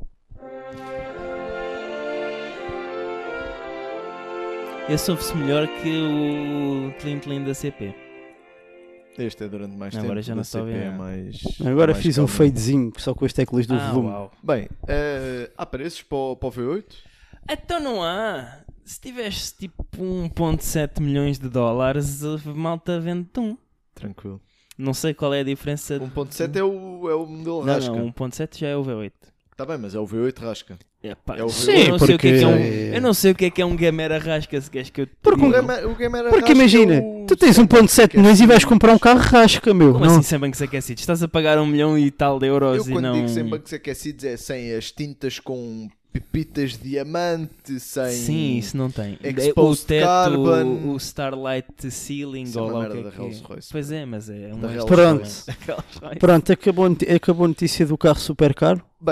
Esse ouve-se melhor que o Tlin da CP. Este é durante mais tempo. Agora já não estou a ver. Agora fiz um fadezinho só com as teclas do volume. Uau. Bem, há preços para o V8? Então não há. Se tivesse tipo 1.7 milhões de dólares, a malta vende-te um. Tranquilo. Não sei qual é a diferença. 1.7 é o modelo rasca. Não, 1.7 já é o V8. Está bem, mas é o V8 rasca. É o V8. Sim, eu não sei o que é um Gamera rasca, se queres que eu te diga. O Gamera porque imagina, tu tens 1.7 milhões e vais comprar um carro rasca, meu. Como assim sem bancos aquecidos? Estás a pagar 1 milhão e tal de euros eu e quando não... digo sem bancos aquecidos é sem as tintas com pepitas de diamante, sem... Sim, isso não tem. Exposed o teto, carbon. o Starlight Ceiling, isso ou é lá o que é da que Rolls Royce. Pois é, mas é uma... Pronto, acabou a notícia do carro super caro. Bem,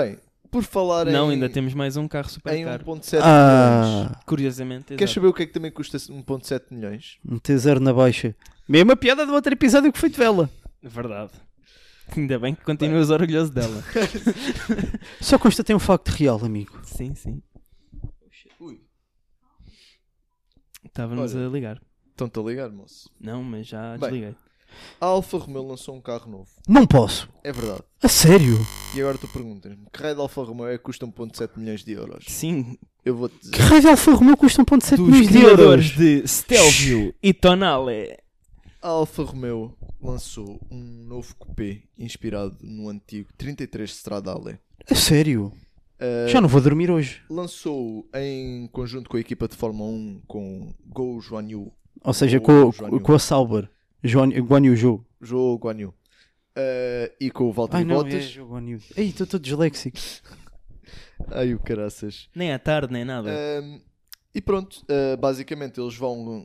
Por falar Não, ainda temos mais um carro super em caro. 1.7 milhões. Curiosamente, Queres saber o que é que também custa 1.7 milhões? Um T0 na baixa. Mesma piada do outro episódio que foi de vela. Verdade. Ainda bem que continuas orgulhoso dela. Só constatei um facto real, amigo. Sim, sim. Ui. Estava-nos a ligar. Estão-te a ligar, moço? Não, mas já Bem, desliguei. A Alfa Romeo lançou um carro novo. Não posso. É verdade. A sério? E agora tu perguntas-me, que raio de Alfa Romeo é que custa 1.7 milhões de euros? Sim. Eu vou-te dizer. Que raio de Alfa Romeo custa 1.7 Dos milhões de criadores euros? de Stelvio e Tonale. A Alfa Romeo lançou um novo coupé inspirado no antigo 33 Stradale. A sério? Já não vou dormir hoje. Lançou em conjunto com a equipa de Fórmula 1 com Go Guan Yu. Ou seja, Guan Yu. com a Sauber. Guan Yu Zhou. Zhou Guan Yu. E com o Valtteri Bottas. Ei, estou todo disléxico. Ai, o caraças. Nem à tarde, nem nada. E pronto, basicamente eles vão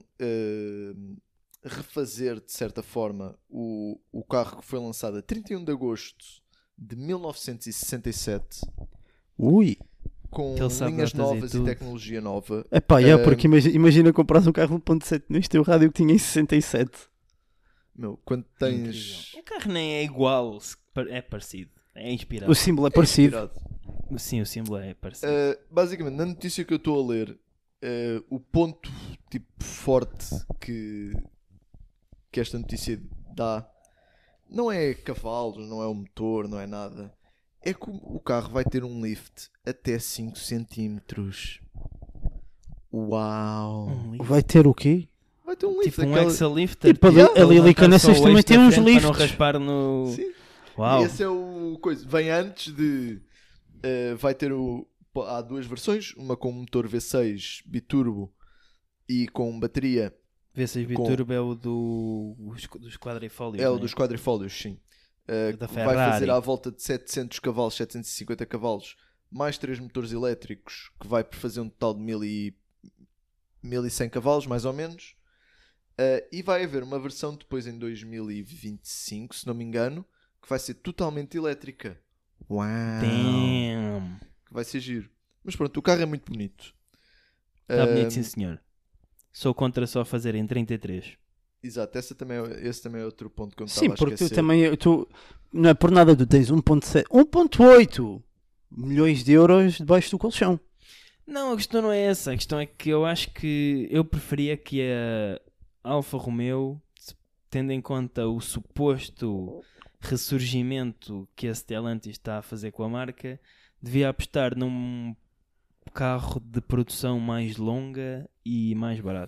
refazer de certa forma o carro que foi lançado a 31 de agosto de 1967. Ui. Com linhas novas e tecnologia nova. Epá, porque imagina comprar um carro 1.7 neste rádio que tinha em 67. Meu, quando tens... O carro nem é igual, é parecido. É inspirado. O símbolo é parecido. Sim, o símbolo é parecido. Basicamente, na notícia que eu estou a ler, o ponto tipo forte que esta notícia dá não é cavalos, não é o motor, não é nada. É que o carro vai ter um lift até 5 cm. Uau! Vai ter o quê? Vai ter um lift. Tipo um Exalifter. Tipo, a Lilica nessas também tem uns lifts. Para não raspar no... Sim. Uau! E esse é o coisa. Vem antes de... vai ter há duas versões. Uma com motor V6 biturbo e com bateria... V6 biturbo é o dos quadrifólios. É o dos quadrifólios, sim. Da vai fazer à volta de 700 cavalos, 750 cavalos, mais 3 motores elétricos, que vai fazer um total de 1100 cavalos, mais ou menos. E vai haver uma versão depois em 2025, se não me engano, que vai ser totalmente elétrica. Uau! Damn. Que vai ser giro. Mas pronto, o carro é muito bonito. Está bonito, sim senhor. Sou contra só fazer em 33. Exato, esse também é outro ponto que eu não Sim, estava a esquecer. porque tu não é por nada, tu tens 1.8 milhões de euros debaixo do colchão. Não, a questão não é essa. A questão é que eu acho que eu preferia que a Alfa Romeo, tendo em conta o suposto ressurgimento que a Stellantis está a fazer com a marca, devia apostar num carro de produção mais longa e mais barato.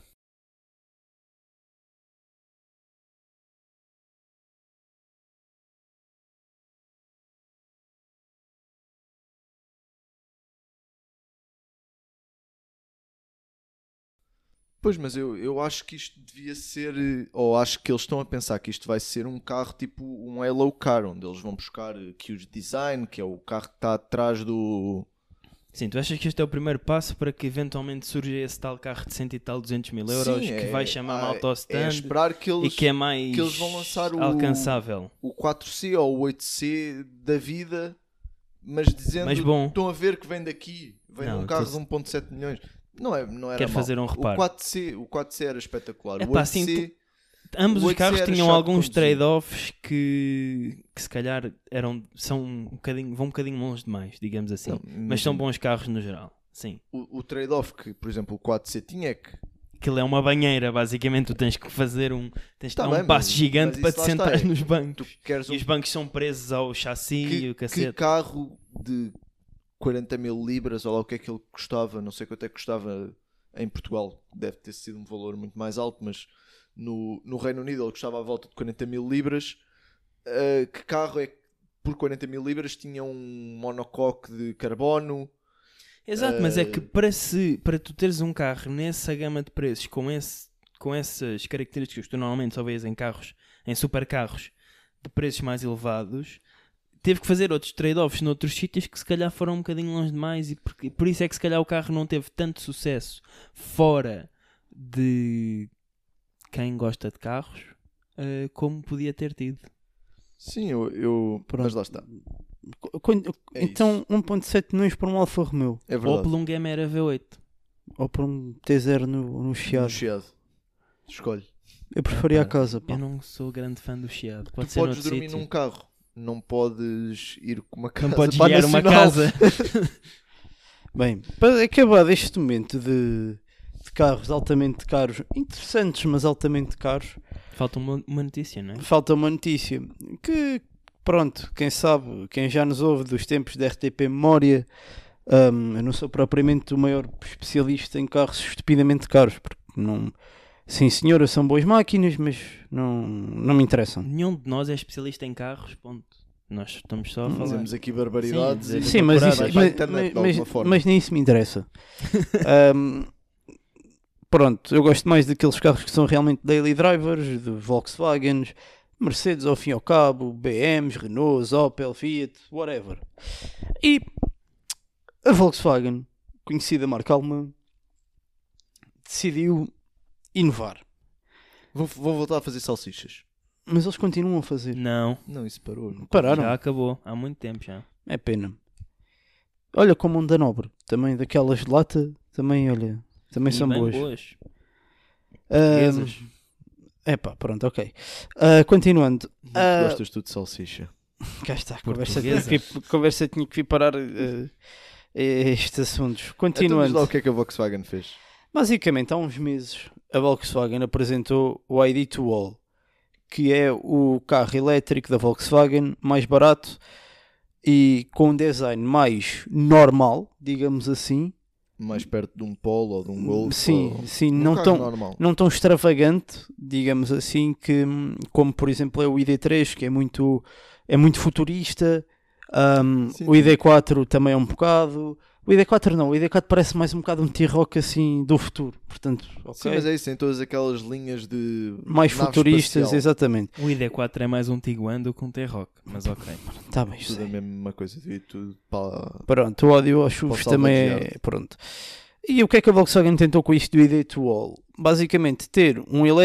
Pois, mas eu acho que isto devia ser, ou acho que eles estão a pensar que isto vai ser um carro tipo um Halo Car, onde eles vão buscar Q's Design, que é o carro que está atrás do... Sim, tu achas que este é o primeiro passo para que eventualmente surja esse tal carro de 100 e tal, 200 mil euros, Sim, que vai chamar Autostand é esperar que eles, e que é mais que eles vão lançar alcançável. o 4C ou o 8C da vida, mas dizendo, Mas bom. Estão a ver que vem daqui, vem um carro de 1.7 milhões. Não era Quer mal. fazer um reparo. O 4C era espetacular. Epá, o 8C... ambos os carros tinham alguns de trade-offs que se calhar vão um bocadinho longe demais, digamos assim. Não, mas são bons carros no geral. Sim. O trade-off que, por exemplo, o 4C tinha é que... Aquilo é uma banheira, basicamente. Tu tens que fazer um passo gigante para te sentares nos bancos. E os bancos são presos ao chassi e o cacete. Que carro de 40 mil libras, ou lá o que é que ele custava, não sei quanto é que custava em Portugal, deve ter sido um valor muito mais alto, mas no Reino Unido ele custava à volta de 40 mil libras. Que carro é que por 40 mil libras tinha um monocoque de carbono? Exato, mas é que para tu teres um carro nessa gama de preços com essas características que tu normalmente só vês em carros, em supercarros de preços mais elevados, teve que fazer outros trade-offs noutros sítios que se calhar foram um bocadinho longe demais, e por isso é que se calhar o carro não teve tanto sucesso fora de quem gosta de carros como podia ter tido. Sim, mas lá está. Então 1.7 milhões por um Alfa Romeo. É verdade. Ou por um Gemera V8. Ou por um T0 no Chiado. No Chiado. Escolhe. Eu preferia a casa. Pá. Eu não sou grande fã do Chiado. Tu Pode ser podes dormir sítio. num carro. Não podes ir com uma casa. Não podes para a guiar uma Nacional. casa. Bem, para acabar este momento de carros altamente caros, interessantes, mas altamente caros, Falta uma notícia, não é? falta uma notícia que, pronto, quem sabe, quem já nos ouve dos tempos da RTP Memória, eu não sou propriamente o maior especialista em carros estupidamente caros, porque não... Sim senhora, são boas máquinas, mas não me interessam. Nenhum de nós é especialista em carros, ponto. Nós estamos só a falar. Fazemos aqui barbaridades. Sim, e Sim, mas, isso, vai para a internet de alguma forma. mas nem isso me interessa. Pronto, eu gosto mais daqueles carros que são realmente daily drivers, de Volkswagens, Mercedes ao fim e ao cabo, BMs, Renaults, Opel, Fiat, whatever. E a Volkswagen, conhecida marca alemã, decidiu inovar. Vou voltar a fazer salsichas. Mas eles continuam a fazer. Não, Não, isso parou. Não. Pararam. já acabou. Há muito tempo já. É pena. Olha como um da Nobre, também daquelas de lata, também olha, também E são bem boas. Portuguesas. Epá, pronto, ok. Continuando. Gostas tu de salsicha? Cá está, a Portuguesas. conversa tinha que vir parar a estes assuntos. Então diz Continuando. lá o que é que a Volkswagen fez. Basicamente, há uns meses, a Volkswagen apresentou o ID2All, que é o carro elétrico da Volkswagen mais barato e com um design mais normal, digamos assim. Mais perto de um Polo ou de um Golf. Sim, ou... sim, um não carro tão, normal. não tão extravagante, digamos assim, que, como por exemplo é o ID3, que é muito futurista. Sim, O ID4 também é um bocado. O ID4 não, o ID4 parece mais um bocado um T-Roc assim do futuro, portanto, ok. Sim, mas é isso, tem todas aquelas linhas de Mais nave futuristas, espacial. exatamente. O ID4 é mais um Tiguan do que um T-Roc, mas ok. Tá bem, Tudo a mesma coisa. E tudo para... pronto, o ódio aos chuvos Para o também é. salvagueado. Pronto. E o que é que a Volkswagen tentou com isto do ID2All? Basicamente, ter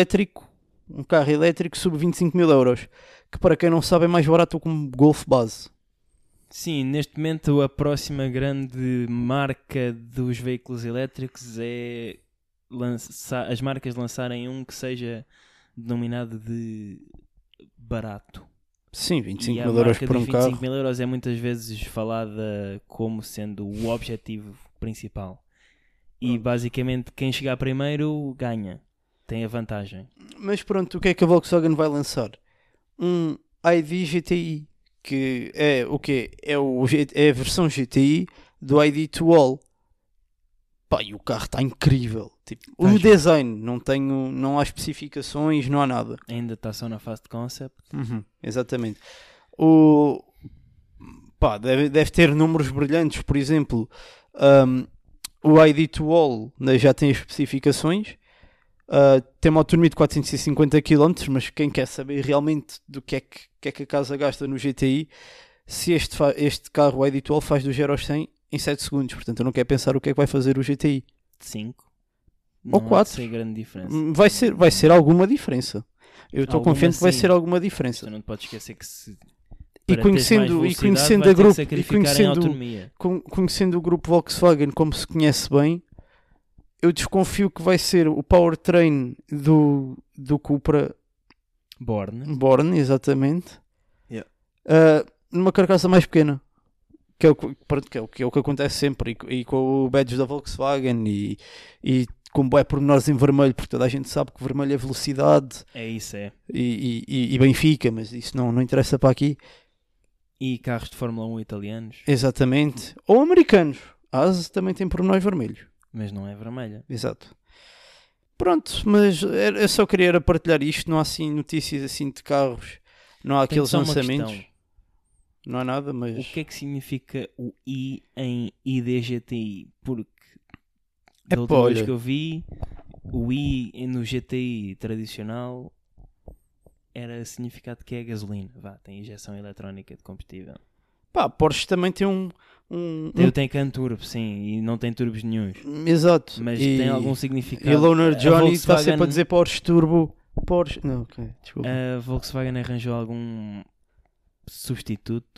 um carro elétrico sub 25 mil euros, que para quem não sabe é mais barato que um Golf base. Sim, neste momento a próxima grande marca dos veículos elétricos é as marcas lançarem um que seja denominado de barato. Sim, 25 E a mil euros marca por dos um 25 carro. mil euros é muitas vezes falada como sendo o objetivo principal. E basicamente quem chegar primeiro ganha, tem a vantagem. Mas pronto, o que é que a Volkswagen vai lançar? Um ID GTI, que é o quê? É a versão GTI do ID2All. Pá, e o carro está incrível. Tipo, o Tá design, não há especificações, não há nada. Ainda está só na fase de concept. Exatamente. Pá, deve ter números brilhantes, por exemplo, o ID2All já tem as especificações, tem uma autonomia de 450 km, mas quem quer saber realmente do que é que a casa gasta no GTI, se este carro, o ID2All, faz do 0 aos 100 em 7 segundos, portanto eu não quero pensar o que é que vai fazer o GTI. 5 Ou 4. Não grande diferença. Vai ser alguma diferença. Eu estou Alguma, confiante que vai sim. ser alguma diferença. Tu não te podes esquecer que se E para teres mais conhecendo velocidade, a vais ter que grupo, e sacrificar em conhecendo, autonomia. conhecendo o grupo Volkswagen como se conhece bem, eu desconfio que vai ser o powertrain do Cupra Born, exatamente, Yeah. numa carcaça mais pequena, que é o que acontece sempre, e com o badge da Volkswagen e com bué pormenores em vermelho, porque toda a gente sabe que vermelho é velocidade É isso, é. e Benfica, mas isso não interessa para aqui. E carros de Fórmula 1 italianos, Exatamente. Ou americanos. A ASE também tem pormenores vermelhos. mas não é vermelha. Exato. Pronto, mas eu só queria partilhar isto. Não há assim notícias assim de carros. Não há Tenho aqueles só uma lançamentos. questão. Não há nada, mas... O que é que significa o I em IDGTI? Porque É da última pá, vez olha. que eu vi, o I no GTI tradicional era significado que é gasolina. Tem injeção eletrónica de combustível. Pá, Porsche também tem Tem can turbo, sim, e não tem turbos nenhuns. Exato. Mas e, tem algum significado. E Loner A Johnny está Volkswagen- sempre a dizer Porsche Turbo. Porsche... Não, ok, desculpa. A Volkswagen arranjou algum substituto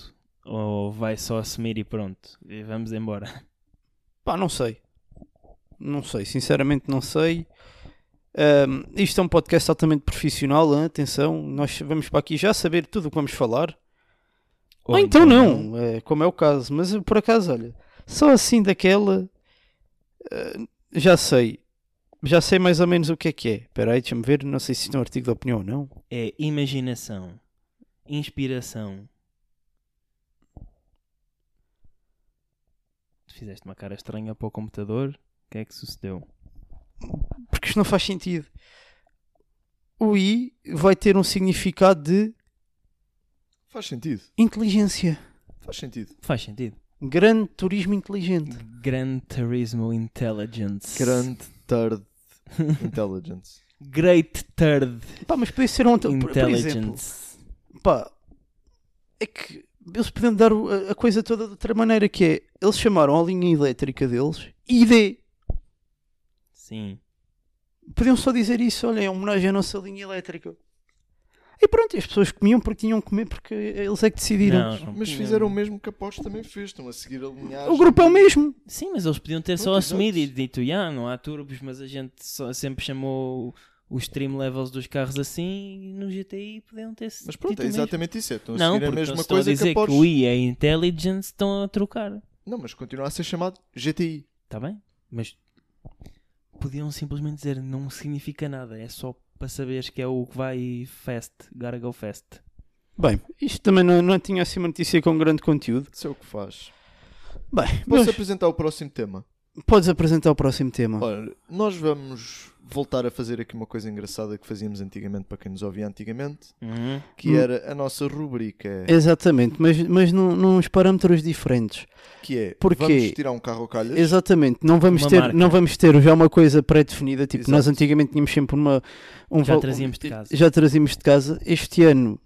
Ou vai só assumir e pronto, e vamos embora? Pá, não sei. Não sei, sinceramente não sei. Isto é um podcast altamente profissional, hein? Atenção, nós vamos para aqui já saber tudo o que vamos falar. Ou então não, como é o caso. Mas por acaso, olha, só assim daquela, já sei mais ou menos o que é. Espera aí, deixa-me ver, não sei se isto é um artigo de opinião ou não. É imaginação, inspiração. Fizeste uma cara estranha para o computador. O que é que sucedeu? Porque isto não faz sentido. O I vai ter um significado de... Faz sentido. Inteligência. Faz sentido. Faz sentido. Grande turismo inteligente. Gran Turismo Intelligence. Grand Third Intelligence. Great Third Pá, mas podia ser um... Intelligence. Por exemplo, pá, é que eles podiam dar a coisa toda de outra maneira, que é, eles chamaram a linha elétrica deles ID. Sim. Podiam só dizer isso, olha, é uma homenagem à nossa linha elétrica. E pronto, as pessoas comiam porque tinham que comer, porque eles é que decidiram. Mas fizeram o mesmo que a Porsche também fez, estão a seguir a linhagem. O grupo é o mesmo. Sim, mas eles podiam ter só assumido e dito, não há turbos, mas a gente sempre chamou os trim levels dos carros assim, e no GTI podiam ter. Mas pronto, é exatamente isso. Estão a não, seguir a mesma estão coisa a dizer que a Porsche. Que o I é Intelligence, estão a trocar. Não, mas continua a ser chamado GTI. Está bem? Mas podiam simplesmente dizer não significa nada, é só para saberes que é o que vai fast, gotta go fast. Bem, isto também não tinha assim uma notícia com grande conteúdo. Isso é o que faz. Bem, posso apresentar o próximo tema? Podes apresentar o próximo tema. Ora, nós vamos voltar a fazer aqui uma coisa engraçada que fazíamos antigamente, para quem nos ouvia antigamente, que era a nossa rubrica. Exatamente, mas nos parâmetros diferentes. Que é, porque vamos tirar um carro ao calhas. Exatamente, não vamos ter já uma coisa pré-definida, tipo, nós antigamente tínhamos sempre já trazíamos de casa. Já trazíamos de casa. Este ano,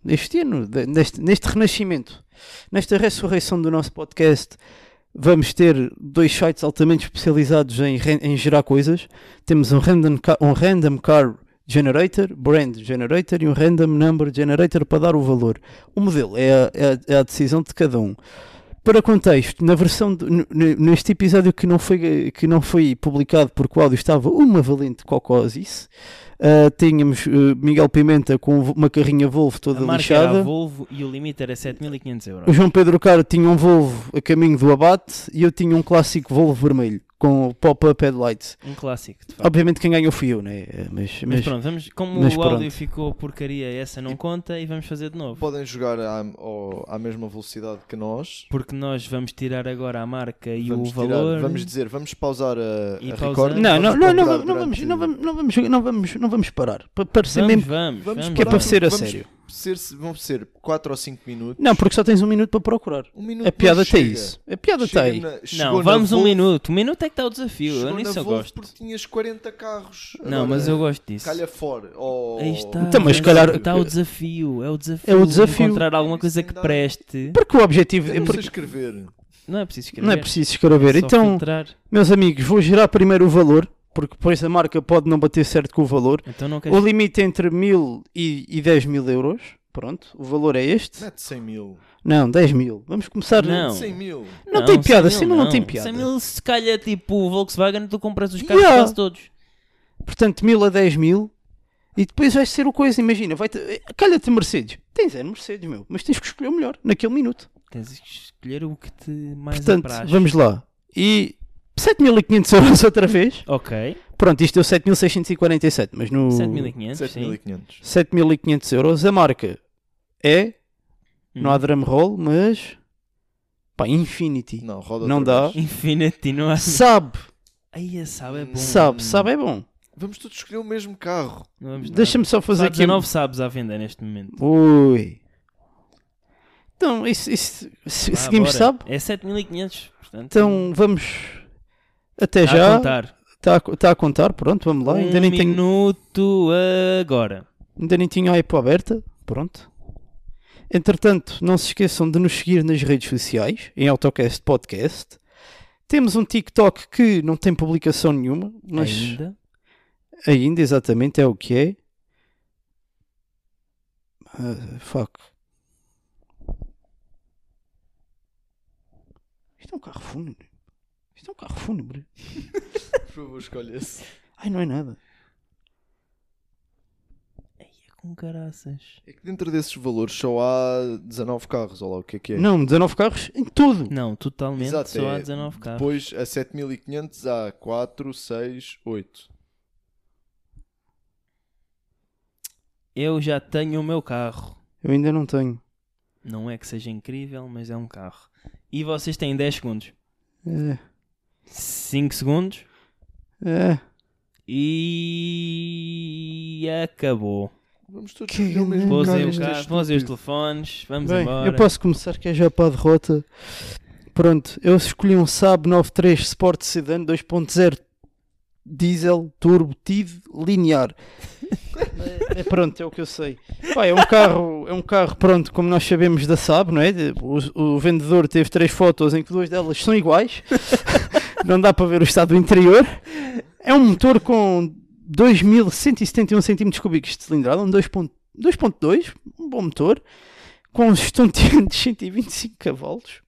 neste renascimento, nesta ressurreição do nosso podcast, vamos ter 2 sites altamente especializados em gerar coisas. Temos um random car generator, brand generator, e um random number generator para dar o valor. O modelo é a decisão de cada um. Para contexto, na versão neste episódio que não foi publicado porque o áudio estava uma valente cocosice, tínhamos Miguel Pimenta com uma carrinha Volvo toda lixada. A marca era a Volvo e o limite era 7.500 euros. O João Pedro Caro tinha um Volvo a caminho do abate e eu tinha um clássico Volvo vermelho com pop-up headlights. Um clássico, de facto. Obviamente quem ganhou fui eu, né? Mas pronto, como o áudio ficou porcaria, essa não conta e vamos fazer de novo. Podem jogar à mesma velocidade que nós. Porque nós vamos tirar agora a marca e o valor. Vamos pausar a record. Não vamos parar. Para ser mesmo. Vamos que é para ser a sério. Vão ser 4 ou 5 minutos. Não, porque só tens 1 minuto para procurar. A piada está isso. A piada está aí. Não, vamos 1 minuto. 1 minuto é que está o desafio. Eu nisso eu gosto. Porque tinhas 40 carros. Não, mas eu gosto disso. Calha fora. Aí está. Então, mas calhar... Está o desafio. É o desafio. Encontrar alguma coisa que preste. Porque o objetivo é escrever. Não é preciso escrever. Não é preciso escrever. Então, filtrar. Meus amigos, vou gerar primeiro o valor. Porque depois a marca pode não bater certo com o valor. Então não queres... O limite é entre 1.000 e 10.000 euros. Pronto, o valor é este. Mete 100 mil. Não, 10 mil. Vamos começar. Não. 100 mil. Não tem piada, assim não tem piada. 100 mil se calhar tipo o Volkswagen, tu compras os carros quase todos. Portanto, 1.000 a 10 mil. E depois vai ser o coisa, imagina, calha-te Mercedes. Tens Mercedes, meu, mas tens que escolher o melhor, naquele minuto. Tens que escolher o que te mais portanto, apraz. Vamos lá. E 7.500 euros outra vez. Ok. Pronto, isto deu 7.647, mas no... 7.500, 7.500 euros. A marca é... Não há drum roll, mas... Pá, Infinity. Não, roda não dá. Infinity, não há... Sabe. Aí, sabe é bom. Sabe é bom. Vamos todos escolher o mesmo carro. Deixa-me só fazer aqui... 19 sabes à venda neste momento. Ui. Então, seguimos, bora. sabe? É 7.500, portanto... Então, vamos... Até está já. A contar. Está a contar, pronto, vamos lá. Ainda nem minuto agora. Ainda nem tinha a IPO aberta, pronto. Entretanto, não se esqueçam de nos seguir nas redes sociais, em Autocast Podcast. Temos um TikTok que não tem publicação nenhuma, mas... Ainda, exatamente, é o que é. Fuck. Isto é um carro fúnebre. Isto é um carro fúnebre. Por favor, escolha esse. Ai, não é nada. Com caraças. É que dentro desses valores só há 19 carros, olha lá o que é. Não, 19 carros em tudo. Não, totalmente. Exato, só há 19 carros. Depois a 7.500 há 4, 6, 8. Eu já tenho o meu carro. Eu ainda não tenho. Não é que seja incrível, mas é um carro. E vocês têm 10 segundos. 5 segundos. E acabou. Vamos todos escolher o mesmo carro. Vamos os telefones. Vamos embora. Eu posso começar, que é já para a derrota. Pronto, eu escolhi um Saab 93 Sport Sedan 2.0 diesel turbo TID linear. Pronto, é o que eu sei. Pá, é um carro, pronto, como nós sabemos da Saab, não é? O vendedor teve 3 fotos em que 2 delas são iguais. Não dá para ver o estado do interior. É um motor com 2.171 cm3 de cilindrada, um 2.2, um bom motor, com um estonteante de 125 cavalos.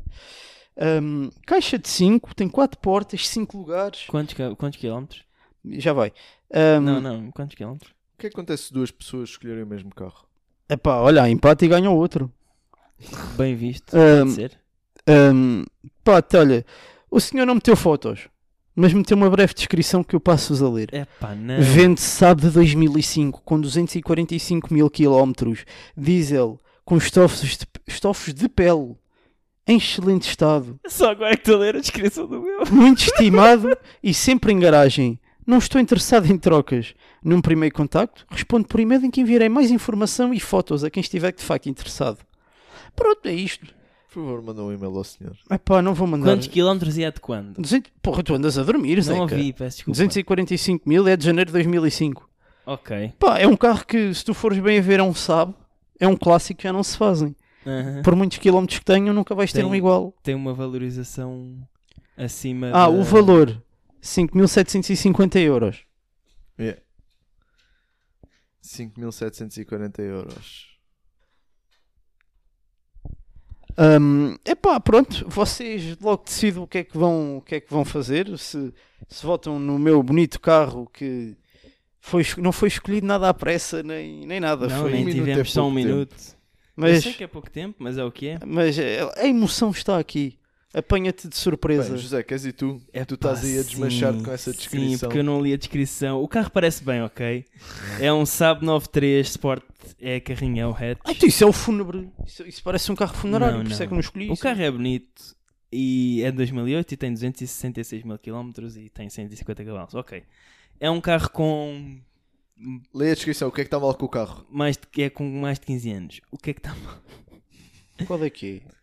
Caixa de 5, tem 4 portas, 5 lugares. Quantos quilómetros? Já vai. Não, quantos quilómetros? O que acontece se 2 pessoas escolherem o mesmo carro? Epá, olha, empate e ganha o outro. Bem visto, pode ser. Pá, olha, o senhor não meteu fotos, mas meteu uma breve descrição que eu passo-vos a ler. Epá, não. Vende Saab de 2005 com 245 mil km, diesel, com estofos de pele, em excelente estado. Só agora é que estou a ler a descrição do meu. Muito estimado e sempre em garagem. Não estou interessado em trocas. Num primeiro contacto, respondo por e-mail em que enviarei mais informação e fotos a quem estiver de facto interessado. Pronto, é isto. Por favor, manda um e-mail ao senhor. Epá, não vou mandar. Quantos quilómetros e é de quando? Porra, tu andas a dormir, Zeca. Não ouvi, peço desculpa. 245 mil é de janeiro de 2005. Ok. Pá, é um carro que, se tu fores bem a ver, é um Saab. É um clássico, já não se fazem. Por muitos quilómetros que tenham, nunca vais ter um igual. Tem uma valorização acima o valor 5.750 euros. 5.740 euros. Epá, pronto, vocês logo decidem o que é que vão fazer. Se votam no meu bonito carro que não foi escolhido nada à pressa nem nada. Não, foi nem tivemos só um minuto. Mas, eu sei que é pouco tempo, mas é o que é. Mas a emoção está aqui. Apanha-te de surpresa. Bem, José, queres ir tu? Tu estás aí a desmanchar com essa descrição. Sim, porque eu não li a descrição. O carro parece bem, ok? É um Saab 93 Sport, é carrinho, é o hatch. Isso é o fúnebre. Isso parece um carro funerário, por isso é que não escolhi. O carro é bonito e é de 2008 e tem 266 mil km e tem 150 cavalos. Ok. É um carro com... Lê a descrição, o que é que está mal com o carro? É com mais de 15 anos. O que é que está mal? Qual é que é?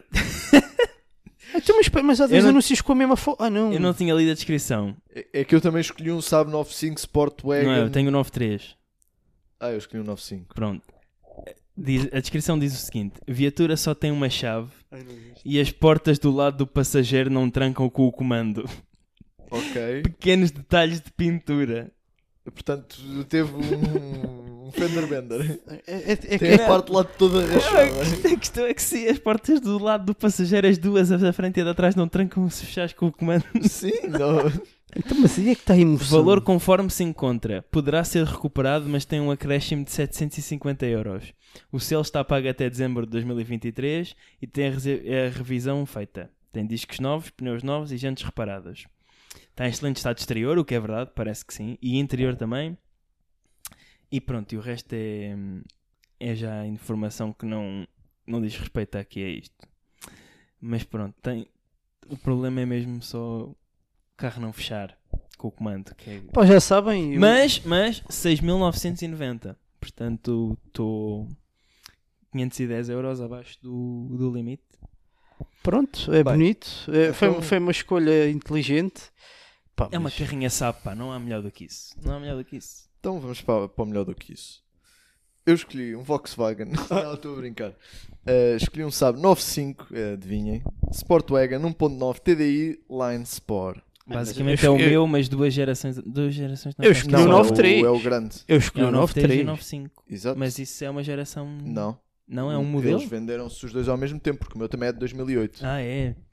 Mas há 2 anúncios com a mesma foto. Não. Eu não tinha lido a descrição. É que eu também escolhi um Saab 95 Sportwagon. Não, eu tenho o 93. Eu escolhi um 95. Pronto. A descrição diz o seguinte: viatura só tem uma chave e as portas do lado do passageiro não trancam com o comando. Ok. Pequenos detalhes de pintura. Portanto, teve um fender bender. Tem a parte do lado toda rachada. A questão é que se as portas do lado do passageiro, as duas, a da frente e a de atrás, não trancam se fechares com o comando. Sim, não. Então, mas aí é que está a emoção. Valor conforme se encontra. Poderá ser recuperado, mas tem um acréscimo de 750 euros. O selo está pago até dezembro de 2023 e tem a revisão feita. Tem discos novos, pneus novos e jantes reparadas. Está em excelente estado exterior, o que é verdade, parece que sim. E interior também. E pronto, e o resto é já informação que não diz respeito aqui a isto. Mas pronto, o problema é mesmo só o carro não fechar com o comando. Que é... Pá, já sabem. Mas 6.990. Portanto, estou 510 euros abaixo do limite. Pronto, é bonito. Foi uma escolha inteligente. Pá, é uma carrinha Saab, pá, não há melhor do que isso. Então vamos para o melhor do que isso. Eu escolhi um Volkswagen. Não, estou a brincar. Escolhi um Saab 95, adivinhem. Sportwagon 1.9 TDI Line Sport. Basicamente é o meu, mas duas gerações não. Eu escolhi o 93. É o grande. Eu escolhi o 93 e o 95. Exato. Mas isso é uma geração... Não. Não é um modelo? Eles venderam-se os dois ao mesmo tempo, porque o meu também é de 2008. É.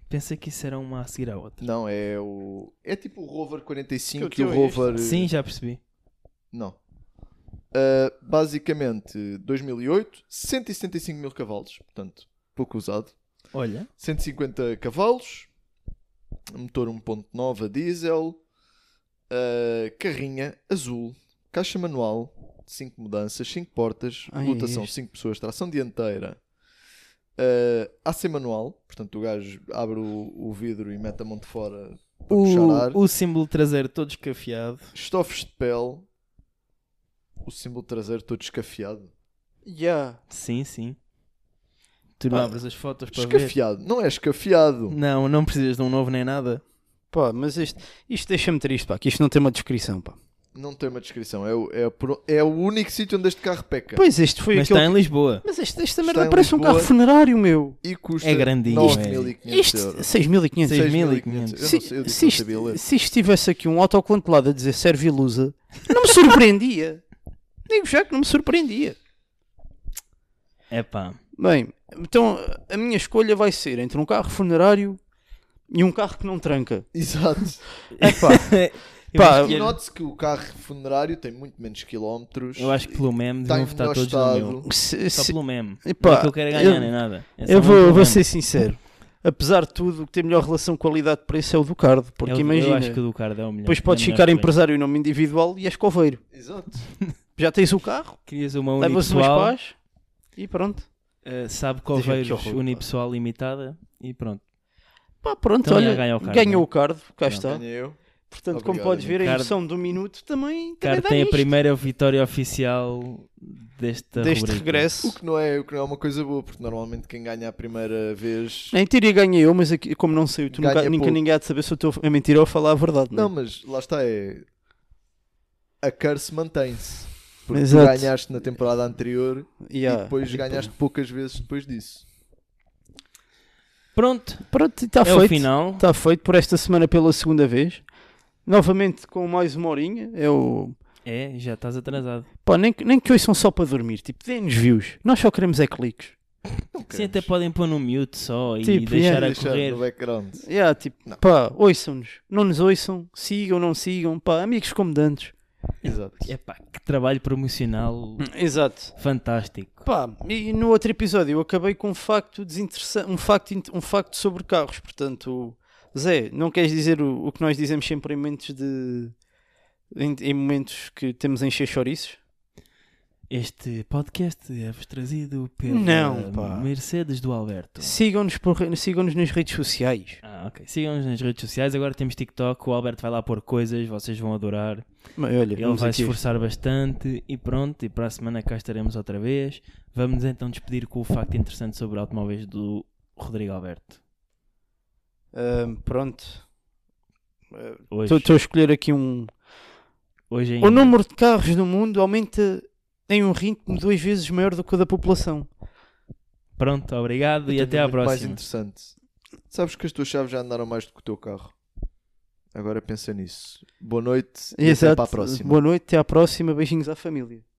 Pensei que isso era uma a seguir à outra. Não, é tipo o Rover 45 e o Rover... Sim, já percebi. Não. Basicamente, 2008, 175 mil cavalos, portanto, pouco usado. Olha. 150 cavalos, motor 1.9 a diesel, carrinha azul, caixa manual, 5 mudanças, 5 portas, lotação 5 pessoas, tração dianteira, AC manual, portanto o gajo abre o vidro e mete a mão de fora para puxar ar. O símbolo traseiro todo escafiado. Estofos de pele. O símbolo traseiro todo escafiado. Sim. Tu não abres as fotos para escafiado. Não é escafiado. Não precisas de um novo nem nada. Pá, mas isto deixa-me triste, pá, que isto não tem uma descrição, pá. Não tem uma descrição. É o único sítio onde este carro peca. Pois, este foi aquele... está em Lisboa. Mas esta merda parece um carro funerário, meu. E custa é grandinho, 9.500 euros. 6.500. Se isto tivesse aqui um autocolante lado a dizer serve e lusa, não me surpreendia. Digo já que não me surpreendia. Epá. Bem, então a minha escolha vai ser entre um carro funerário e um carro que não tranca. Exato. Note-se que o carro funerário tem muito menos quilómetros. Eu acho que pelo meme deviam votar todos no meu. Só pelo meme. Epá, não é que eu quero ganhar nem nada. Eu vou ser sincero. Apesar de tudo, o que tem melhor relação qualidade-preço é o Ducardo. Porque imagina, eu acho que o Ducardo é o melhor. Depois podes ficar empresário em nome individual e és coveiro. Exato. Já tens o carro, querias uma levas umas pás e pronto. Sabe coveiros unipessoal limitada e pronto. Pá, pronto, então, olha, ganhou o Cardo, cá está. Ganhei. Portanto, obrigado, como podes ver, a emoção do minuto também Cardo tem a primeira vitória oficial deste regresso. O que não é uma coisa boa, porque normalmente quem ganha a primeira vez... Em teoria ganhei eu, mas aqui, como não sei, nunca ninguém há de saber se eu estou a mentir ou a falar a verdade. Não, mas lá está, a curse mantém-se. Porque tu ganhaste na temporada anterior e depois ganhaste poucas vezes depois disso. Pronto, está feito. O final. Está feito por esta semana pela segunda vez. Novamente com mais uma horinha. Já estás atrasado. Pá, nem que hoje são só para dormir. Tipo, dê-nos views. Nós só queremos cliques. Sim, até podem pôr no mute só e deixar a correr. No background. Pá, ouçam-nos. Não nos ouçam. Sigam, não sigam. Pá, amigos como dantes. Exato. Que trabalho promocional. Exato. Fantástico. Pá, e no outro episódio eu acabei com um facto desinteressante, um facto sobre carros. Portanto, Zé, não queres dizer o que nós dizemos sempre em momentos que temos a encher chouriços? Este podcast é-vos trazido pela Mercedes do Alberto. Sigam-nos nas redes sociais. Ok. Sigam-nos nas redes sociais. Agora temos TikTok. O Alberto vai lá pôr coisas. Vocês vão adorar. Olha, ele vai se esforçar bastante. E pronto. E para a semana cá estaremos outra vez. Vamos então despedir com o facto interessante sobre automóveis do Rodrigo Alberto. Pronto. Estou a escolher aqui Hoje ainda. O número de carros no mundo aumenta em um ritmo 2 vezes maior do que o da população. Pronto, obrigado e até à próxima. Mais interessante. Sabes que as tuas chaves já andaram mais do que o teu carro. Agora pensa nisso. Boa noite e até para a próxima. Boa noite, até à próxima. Beijinhos à família.